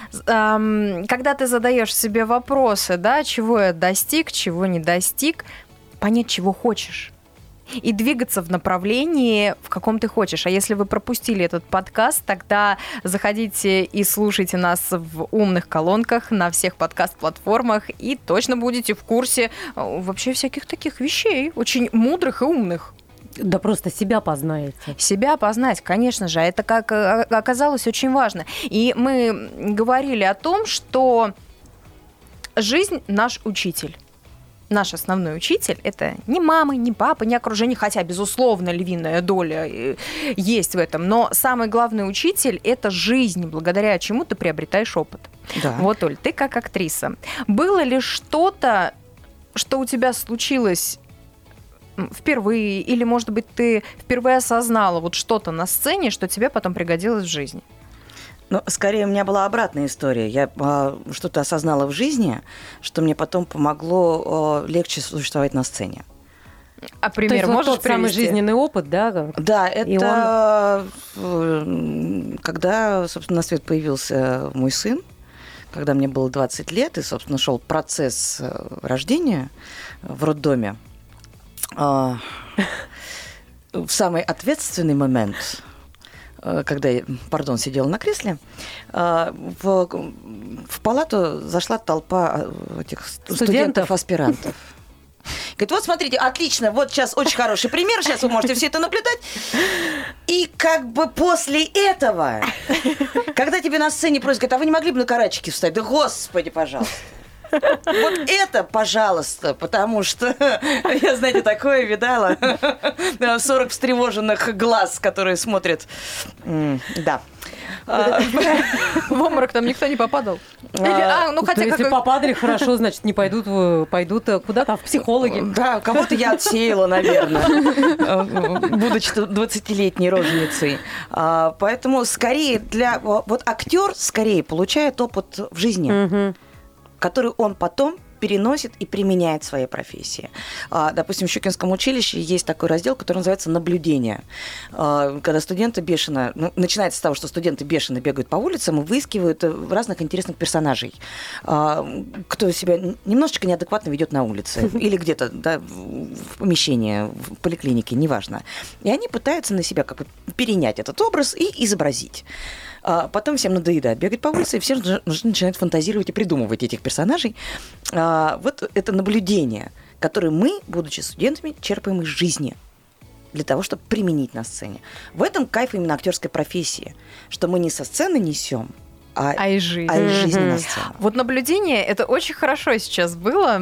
когда ты задаешь себе вопросы, да, чего я достиг, чего не достиг, понять, чего хочешь. И двигаться в направлении, в каком ты хочешь. А если вы пропустили этот подкаст, тогда заходите и слушайте нас в умных колонках на всех подкаст-платформах и точно будете в курсе вообще всяких таких вещей, очень мудрых и умных. Да просто себя познаете. Себя познать, конечно же. Это, как оказалось, очень важно. И мы говорили о том, что жизнь – наш учитель. Наш основной учитель – это не мамы, не папы, не окружение, хотя, безусловно, львиная доля есть в этом. Но самый главный учитель – это жизнь, благодаря чему ты приобретаешь опыт. Да. Вот, Оль, ты как актриса. Было ли что-то, что у тебя случилось впервые, или, может быть, ты впервые осознала вот что-то на сцене, что тебе потом пригодилось в жизни? Ну, скорее, у меня была обратная история. Я а, что-то осознала в жизни, что мне потом помогло а, легче существовать на сцене. А пример То есть можешь вот тот самый привести? жизненный опыт, да? Да, И это он... когда, собственно, на свет появился мой сын, когда мне было двадцать лет, и, собственно, шел процесс рождения в роддоме. А, в самый ответственный момент, когда я, пардон, сидела на кресле, в, в палату зашла толпа этих студентов-аспирантов. Говорит, вот смотрите, отлично, вот сейчас очень хороший пример, сейчас вы можете все это наблюдать. И как бы после этого, когда тебе на сцене просят, говорят, а вы не могли бы на карачики встать? Да господи, пожалуйста. Вот это, пожалуйста, потому что я, знаете, такое видала. сорок встревоженных глаз, которые смотрят. Да. В обморок там никто не попадал? Или, а, ну, хотя если как... попадали, хорошо, значит, не пойдут, пойдут куда-то, в психологи. Да, кого-то я отсеяла, наверное, будучи двадцатилетней роженицей. Поэтому скорее для... Вот актер скорее получает опыт в жизни, который он потом переносит и применяет в своей профессии. Допустим, в Щукинском училище есть такой раздел, который называется «Наблюдение». Когда студенты бешено... Ну, начинается с того, что студенты бешено бегают по улицам и выискивают разных интересных персонажей. Кто себя немножечко неадекватно ведет на улице или где-то, да, в помещении, в поликлинике, неважно. И они пытаются на себя как-то перенять этот образ и изобразить. А потом всем надоедает бегать по улице, и все начинают фантазировать и придумывать этих персонажей. А, вот это наблюдение, которое мы, будучи студентами, черпаем из жизни для того, чтобы применить на сцене. В этом кайф именно актерской профессии, что мы не со сцены несем, а, а из жизни, а из жизни на сцену. Вот наблюдение, это очень хорошо сейчас было.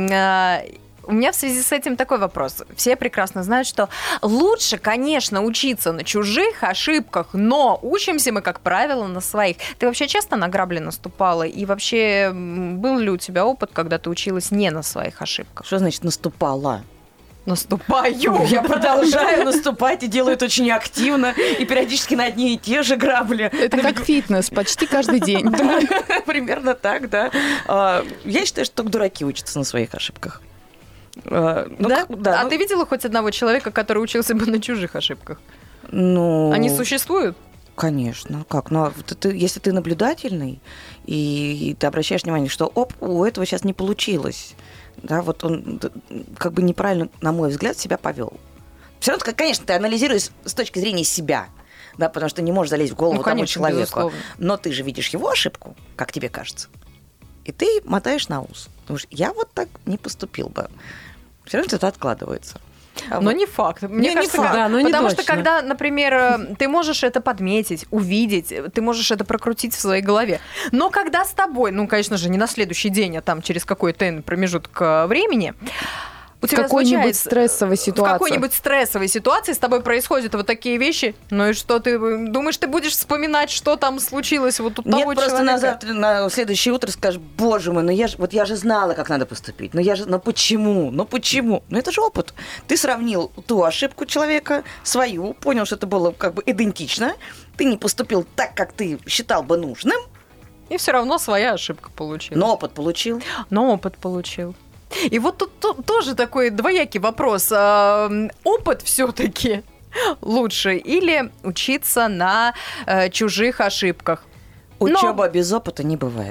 У меня в связи с этим такой вопрос. Все прекрасно знают, что лучше, конечно, учиться на чужих ошибках, но учимся мы, как правило, на своих. Ты вообще часто на грабли наступала? И вообще был ли у тебя опыт, когда ты училась не на своих ошибках? Что значит наступала? Наступаю. Я продолжаю наступать и делаю это очень активно. И периодически на одни и те же грабли. Это как фитнес, почти каждый день. Примерно так, да. Я считаю, что только дураки учатся на своих ошибках. Uh, ну, да? Да, а ну... ты видела хоть одного человека, который учился бы на чужих ошибках? Ну... Они существуют? Конечно. Как? Но ты, ты, если ты наблюдательный, и, и ты обращаешь внимание, что оп, у этого сейчас не получилось. Да, вот он как бы неправильно, на мой взгляд, себя повел. Все равно, конечно, ты анализируешь с точки зрения себя, да, потому что не можешь залезть в голову ну, конечно, тому человеку. Безусловно. Но ты же видишь его ошибку, как тебе кажется. И ты мотаешь на ус. Потому что я вот так не поступил бы. Все равно это откладывается. Но вот. Не факт. Мне не, кажется, не факт. Да, но потому не что когда, например, ты можешь это подметить, увидеть, ты можешь это прокрутить в своей голове. Но когда с тобой, ну, конечно же, не на следующий день, а там через какой-то промежуток времени, у тебя какой-нибудь стрессовой ситуации. В какой-нибудь стрессовой ситуации с тобой происходят вот такие вещи. Ну и что, ты думаешь, ты будешь вспоминать, что там случилось вот у того Нет, человека? Нет, просто на завтра, на следующее утро скажешь, боже мой, ну я же, вот я же знала, как надо поступить. Но я же, ну почему? Ну почему? Ну это же опыт. Ты сравнил ту ошибку человека, свою, понял, что это было как бы идентично. Ты не поступил так, как ты считал бы нужным. И все равно своя ошибка получилась. Но опыт получил. Но опыт получил. И вот тут, тут тоже такой двоякий вопрос. А, опыт все-таки лучше или учиться на э, чужих ошибках? Учеба Но... без опыта не бывает.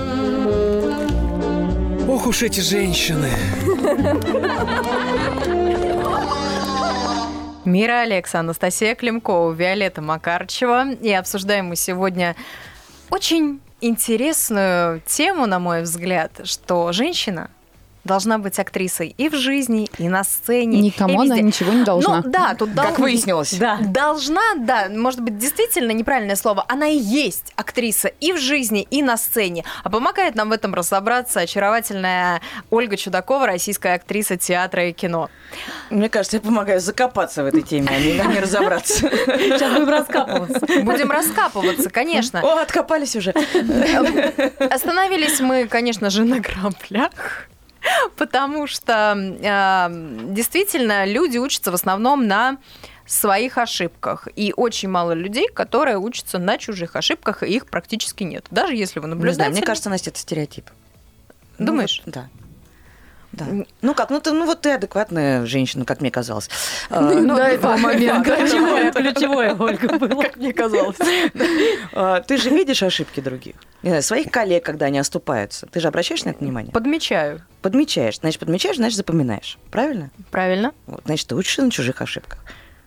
Ох уж эти женщины. Мира Алекса, Анастасия Климкова, Виолетта Макарчева. И обсуждаем мы сегодня очень интересную тему, на мой взгляд, что женщина должна быть актрисой и в жизни, и на сцене. Никому она ничего не должна. Ну, да, тут как дол... выяснилось. Да. Должна, да, может быть, действительно неправильное слово. Она и есть актриса и в жизни, и на сцене. А помогает нам в этом разобраться очаровательная Ольга Чудакова, российская актриса театра и кино. Мне кажется, я помогаю закопаться в этой теме, а не, а не разобраться. Сейчас будем раскапываться. Будем раскапываться, конечно. О, откопались уже. Остановились мы, конечно же, на граблях. Потому что э, действительно люди учатся в основном на своих ошибках. И очень мало людей, которые учатся на чужих ошибках, и их практически нет. Даже если вы наблюдаете. Не знаю, мне кажется, Настя, это стереотип. Думаешь? Ну, вот, да. Да. Ну как, ну ты, ну вот ты адекватная женщина, как мне казалось. Ну, до этого момента. Ключевое, ключевое, Ольга, было. Как мне казалось. Ты же видишь ошибки других. Не знаю, своих коллег, когда они оступаются. Ты же обращаешь на это внимание? Подмечаю. Подмечаешь. Значит, подмечаешь, значит, запоминаешь. Правильно? Правильно. Вот, значит, ты учишься на чужих ошибках.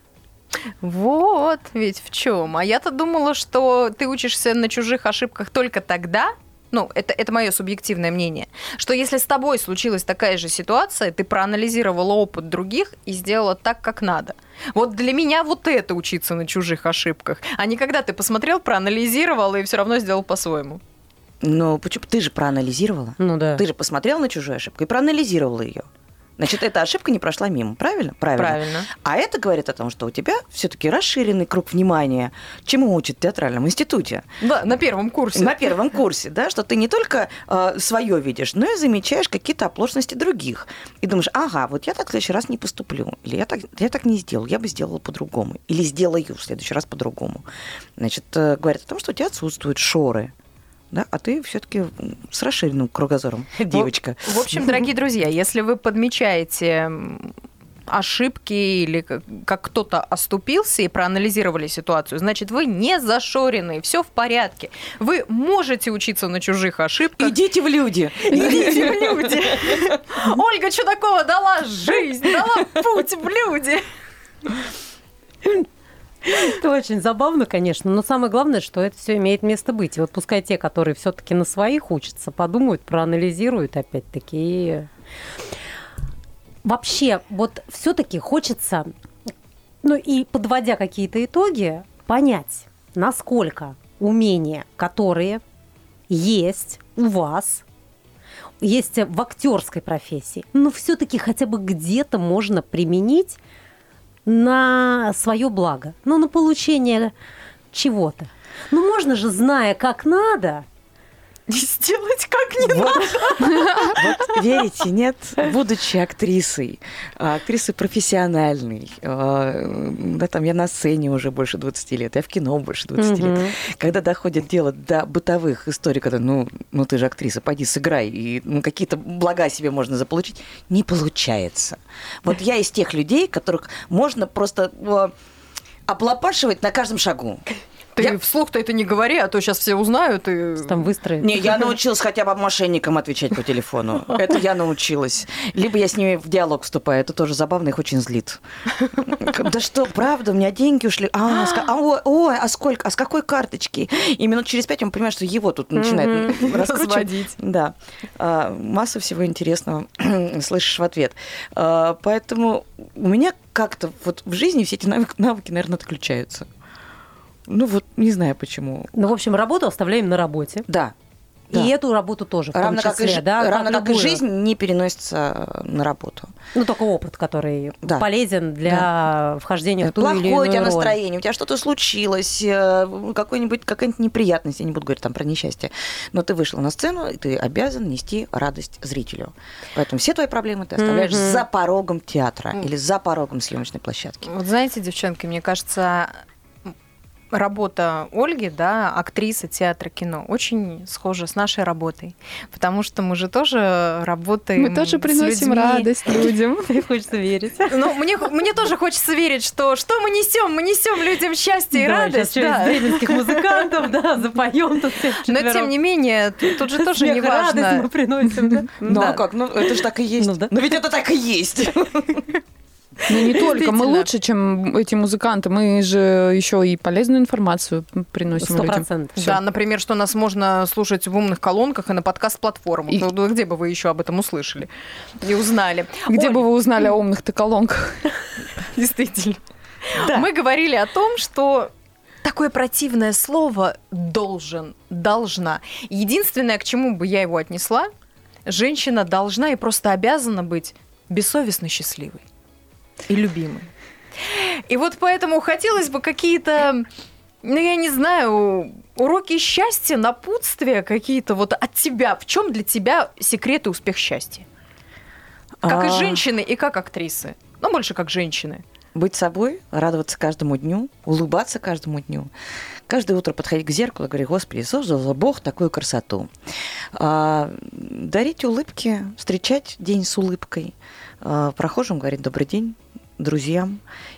Вот ведь в чем. А я-то думала, что ты учишься на чужих ошибках только тогда. Ну, это, это мое субъективное мнение, что если с тобой случилась такая же ситуация, ты проанализировала опыт других и сделала так, как надо. Вот для меня вот это учиться на чужих ошибках, а не когда ты посмотрел, проанализировал и все равно сделал по-своему. Ну, почему? Ты же проанализировала. Ну да. Ты же посмотрел на чужую ошибку и проанализировала ее. Значит, эта ошибка не прошла мимо, правильно? Правильно. Правильно. А это говорит о том, что у тебя все-таки расширенный круг внимания, чему учат в театральном институте. Да, на первом курсе. На первом курсе, да, что ты не только э, свое видишь, но и замечаешь какие-то оплошности других. И думаешь, ага, вот я так в следующий раз не поступлю, или я так, я так не сделал, я бы сделала по-другому, или сделаю в следующий раз по-другому. Значит, э, говорит о том, что у тебя отсутствуют шоры. Да, а ты все-таки с расширенным кругозором, девочка. В, в общем, дорогие друзья, если вы подмечаете ошибки или как, как кто-то оступился и проанализировали ситуацию, значит, вы не зашорены, все в порядке. Вы можете учиться на чужих ошибках. Идите в люди. Идите в люди. Ольга Чудакова дала жизнь, дала путь в люди. Это очень забавно, конечно, но самое главное, что это все имеет место быть. И вот пускай те, которые все-таки на своих учатся, подумают, проанализируют опять-таки. И... Вообще, вот все-таки хочется, ну и подводя какие-то итоги, понять, насколько умения, которые есть у вас, есть в актерской профессии, но все-таки хотя бы где-то можно применить на свое благо, ну, на получение чего-то. Ну, можно же, зная, как надо, сделать как не вот, надо. Вот, верите, нет? Будучи актрисой, актрисой профессиональной, да, там я на сцене уже больше двадцати лет, я в кино больше двадцати Мгм. лет. Когда доходит дело до бытовых историй, когда, ну, ну ты же актриса, пойди сыграй, и ну, какие-то блага себе можно заполучить, не получается. Вот я из тех людей, которых можно просто э, облапашивать на каждом шагу. Ты Я- вслух-то это не говори, а то сейчас все узнают и... там выстроить. Не, я научилась хотя бы мошенникам отвечать по телефону. Это я научилась. Либо я с ними в диалог вступаю. Это тоже забавно, их очень злит. Да что, правда, у меня деньги ушли. А, ска- а, ой, ой, а сколько? А с какой карточки? И минут через пять он понимает, что его тут начинает раскручивать. Разводить. Да. А, масса всего интересного слышишь в ответ. А, поэтому у меня как-то вот в жизни все эти навыки, навыки, наверное, отключаются. Ну вот, не знаю почему. Ну, в общем, работу оставляем на работе. Да. И Да. эту работу тоже, в том Равно как, и, числе, жи- да, равно как и любую. жизнь не переносится на работу. Ну, только опыт, который Да. полезен для вхождения в ту или Плохое иную у тебя роль. настроение, у тебя что-то случилось, э, какой-нибудь, какая-нибудь неприятность, я не буду говорить там про несчастье, но ты вышла на сцену, и ты обязан нести радость зрителю. Поэтому все твои проблемы ты оставляешь Мгм. за порогом театра или за порогом съемочной площадки. Вот знаете, девчонки, мне кажется, работа Ольги, да, актрисы театра, кино, очень схожа с нашей работой. Потому что мы же тоже работаем Мы тоже приносим с людьми. радость людям. Хочется верить. Ну, мне, мне тоже хочется верить, что что мы несем? Мы несем людям счастье и Давай радость. сейчас Да. через бременских музыкантов, да, запоем тут все Но вчетвером. тем не менее, тут тут же тоже Смех и не радость мы важно. приносим, да? Ну Да. а как? Ну это же так и есть. Ну да. Но ведь это так и есть. Ну, не только. Мы Действительно. лучше, чем эти музыканты. Мы же еще и полезную информацию приносим Сто людям. процентов. Всё. Да, например, что нас можно слушать в умных колонках и на подкаст-платформах. И- Ну, ну, где бы вы еще об этом услышали и узнали? Где Оль, бы вы узнали о умных-то колонках? действительно. Да. Мы говорили о том, что такое противное слово «должен», «должна». Единственное, к чему бы я его отнесла, женщина должна и просто обязана быть бессовестно счастливой и любимой. И вот поэтому хотелось бы какие-то, ну, я не знаю, уроки счастья, напутствия какие-то вот от тебя. В чем для тебя секрет и успех счастья? Как и А, женщины, и как актрисы. Но больше как женщины. Быть собой, радоваться каждому дню, улыбаться каждому дню. Каждое утро подходить к зеркалу и говорить: Господи, создал Бог такую красоту. А, дарить улыбки, встречать день с улыбкой. А, прохожим говорить добрый день, друзьям.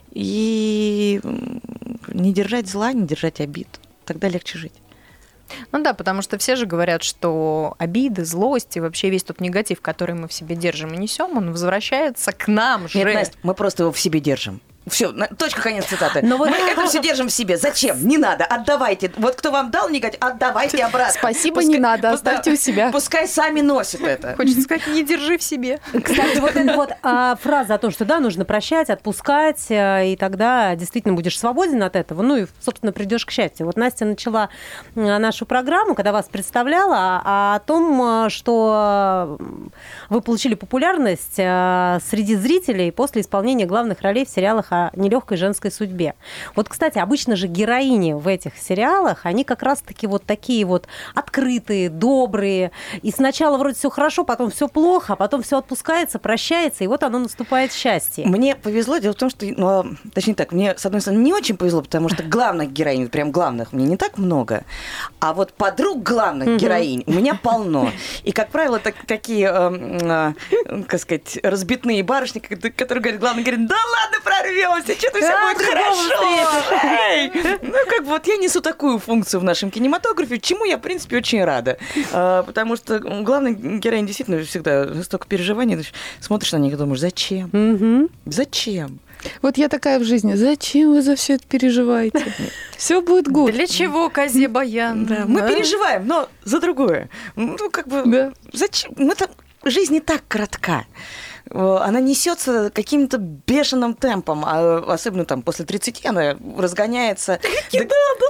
И м, не держать зла, не держать обид. Тогда легче жить. Ну да, потому что все же говорят, что обиды, злость и вообще весь тот негатив, который мы в себе держим и несем, он возвращается к нам же. Нет, Настя, мы просто его в себе держим. Все, точка, конец цитаты. Но вот- Мы это все держим в себе. Зачем? Не надо. Отдавайте. Вот кто вам дал негатив, отдавайте обратно. Спасибо, Пускай- не надо, пусть- оставьте у себя. Пускай сами носят это. Хочется сказать, не держи в себе. Кстати, вот эта вот а, фраза о том, что да, нужно прощать, отпускать, а, и тогда действительно будешь свободен от этого, ну и, собственно, придешь к счастью. Вот Настя начала а, нашу программу, когда вас представляла, а, о том, а, что а, вы получили популярность а, среди зрителей после исполнения главных ролей в сериалах о нелегкой женской судьбе. Вот, кстати, обычно же героини в этих сериалах, они как раз-таки вот такие вот открытые, добрые, и сначала вроде все хорошо, потом все плохо, а потом все отпускается, прощается, и вот оно наступает счастье. Мне повезло. Дело в том, что, ну, точнее так, мне, с одной стороны, не очень повезло, потому что главных героинь, прям главных, мне не так много, а вот подруг главных Мгм. героинь у меня полно. И, как правило, так- такие, э, э, как сказать, разбитные барышни, которые говорят, главный говорит: да ладно, прорвемся, что-то все Да, будет хорошо. Эй! Ну, как бы вот я несу такую функцию в нашем кинематографе, чему я, в принципе, очень рада. А, потому что главный героинь действительно всегда столько переживаний, ты смотришь на них и думаешь: зачем? Мгм. Зачем? Вот я такая в жизни. Зачем вы за все это переживаете? Все будет гуд. Для чего козе баян? Да, мы переживаем, но за другое. Ну, как бы, Да. зачем? Мы-то... Жизнь не так коротка. Э, Она несется каким-то бешеным темпом, а особенно там после тридцати она разгоняется до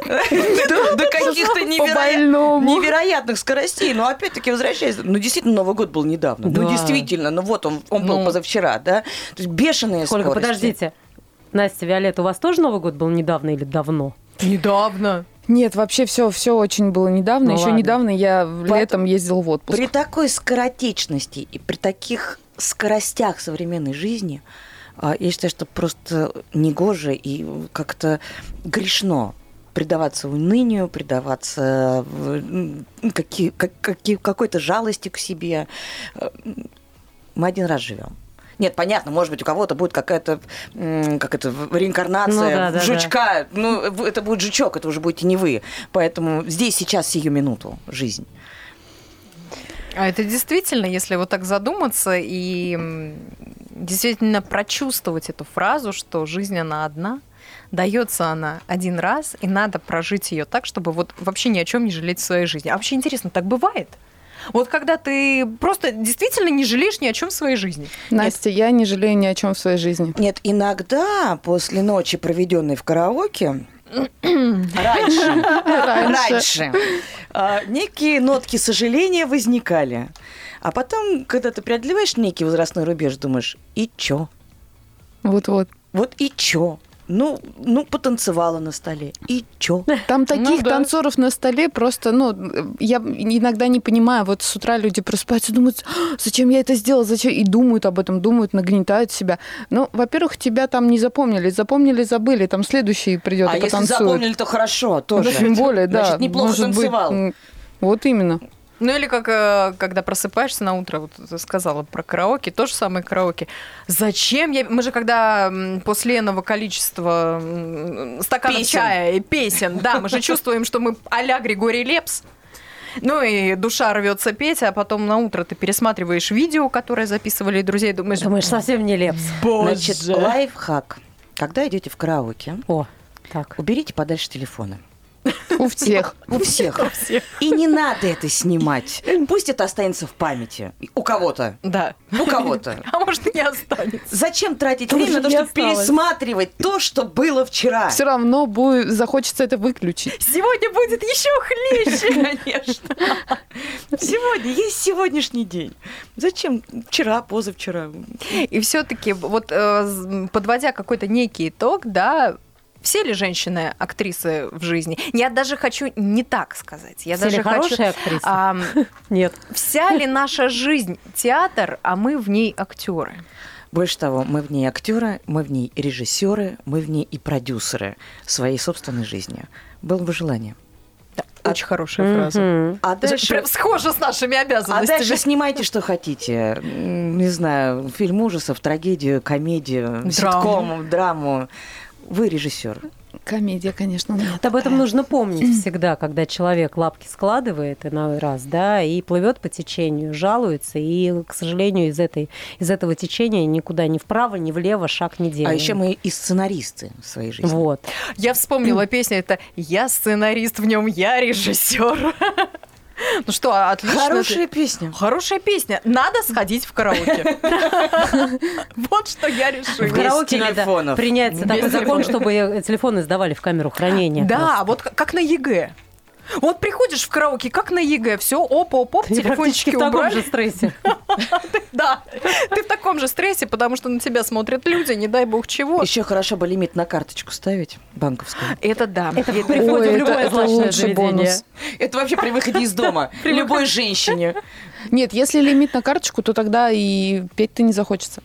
до каких-то невероятных По-больному. невероятных скоростей. Но опять-таки возвращаясь, ну действительно Новый год был недавно. Ну Да. действительно, ну вот он, он был Ну. позавчера, да. То есть бешеные Ольга, скорости. подождите. Настя, Виолетта, у вас тоже Новый год был недавно или давно? Недавно. Нет, вообще все, все очень было недавно. Ну Еще ладно. недавно я летом ездил в отпуск. При такой скоротечности и при таких скоростях современной жизни, а, я считаю, что просто негоже и как-то грешно предаваться унынию, предаваться в, м, какие, как- какие- какой-то жалости к себе. Э, Мы один раз живем. Нет, понятно, может быть, у кого-то будет какая-то, м, как это, реинкарнация Ну да, да, жучка. Ну, в- это будет жучок, это уже будете не вы. Поэтому здесь, сейчас, сию минуту жизнь. А это действительно, если вот так задуматься и м, действительно прочувствовать эту фразу, что жизнь, она одна, дается она один раз, и надо прожить ее так, чтобы вот вообще ни о чем не жалеть в своей жизни. А вообще интересно, так бывает? Вот когда ты просто действительно не жалеешь ни о чем в своей жизни. Настя, я не жалею ни о чем в своей жизни. Нет, иногда после ночи, проведенной в караоке, раньше, раньше, а, некие нотки сожаления возникали. А потом, когда ты преодолеваешь некий возрастной рубеж, думаешь: и чё? Вот-вот. Вот и чё? Ну, ну, потанцевала на столе. И чё? Там таких Ну, да. танцоров на столе просто, ну, я иногда не понимаю, вот с утра люди просыпаются, думают, «А, зачем я это сделала, зачем, и думают об этом, думают, нагнетают себя. Ну, во-первых, тебя там не запомнили, запомнили, забыли, там следующий придет А и если потанцует. запомнили, то хорошо тоже. Ну, тем более, да. Значит, неплохо может быть, танцевал. м, вот именно. Ну или как, э, когда просыпаешься на утро, вот ты сказала про караоке, то же самое караоке. Зачем я... Мы же когда м, после иного количества м, стаканов Песен. чая и песен, да, мы же чувствуем, что мы а-ля Григорий Лепс. Ну и душа рвется петь, а потом на утро ты пересматриваешь видео, которое записывали друзья, и думаешь, Думаешь, совсем не Лепс. Значит, лайфхак. Когда идете в караоке, О, так. уберите подальше телефоны. У всех. У всех. И не надо это снимать. Пусть это останется в памяти. У кого-то. да. У кого-то. А может, и не останется. Зачем тратить Тоже время на то, не чтобы осталось. пересматривать то, что было вчера? Все равно будет, захочется это выключить. Сегодня будет еще хлеще. Конечно. Сегодня есть сегодняшний день. Зачем вчера, позавчера? И все-таки, вот э, подводя какой-то некий итог, да, все ли женщины актрисы в жизни? Я даже хочу не так сказать. Я Все ли даже хочу. хорошие актрисы? а, Нет. вся ли наша жизнь театр, а мы в ней актеры? Больше того, мы в ней актеры, мы в ней режиссеры, мы в ней и продюсеры своей собственной жизни. Было бы желание. Очень хорошая фраза. Мгм. А Прям дальше, схоже с нашими а обязанностями. дальше снимайте, что хотите. М, Не знаю, фильм ужасов, трагедию, комедию, ситком, драму. Вы режиссер. Комедия, конечно, у меня Вот об этом нужно помнить всегда, когда человек лапки складывает иной раз, да, и плывет по течению, жалуется, и, к сожалению, из, этой, из этого течения никуда ни вправо, ни влево шаг не делаем. А еще мы и сценаристы в своей жизни. Вот. Я вспомнила песню, это «Я сценарист в нем, я режиссер». Ну что, отлично. Хорошая песня. Хорошая песня. Надо сходить в караоке. Вот что я В решила. Без караоке надо телефонов. принять Без такой закон, телефонов. чтобы телефоны сдавали в камеру хранения. Да, просто. вот к- как на ЕГЭ. Вот приходишь в караоке, как на ЕГЭ, все, оп-оп-оп, Ты практически телефончики в таком убрали. же стрессе. Да, ты в таком же стрессе, потому что на тебя смотрят люди, не дай бог чего. Еще хорошо бы лимит на карточку ставить банковскую. Это да. Это Это- при входе Ой, в это- любое это злачное лучший заведение. бонус. Это вообще при выходе из дома. Любой женщине. Нет, если лимит на карточку, то тогда и петь-то не захочется.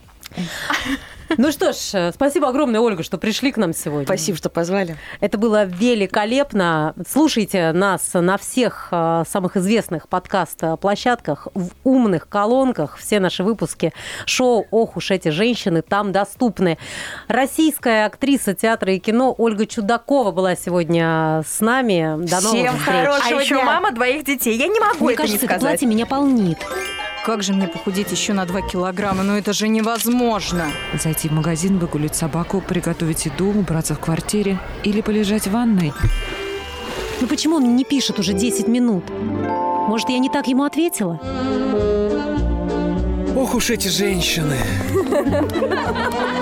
Ну что ж, спасибо огромное, Ольга, что пришли к нам сегодня. Спасибо, что позвали. Это было великолепно. Слушайте нас на всех э, самых известных подкаст-площадках, в умных колонках. Все наши выпуски шоу «Ох уж эти женщины» там доступны. Российская актриса театра и кино Ольга Чудакова была сегодня с нами. До новых Всем встреч. хорошего А еще дня. мама двоих детей. Я не могу Мне это кажется, не это сказать. платье меня полнит. Как же мне похудеть еще на два килограмма? Ну это же невозможно. Зайти в магазин, выгулять собаку, приготовить еду, убраться в квартире или полежать в ванной. Ну почему он не пишет уже десять минут? Может, я не так ему ответила? Ох уж эти женщины.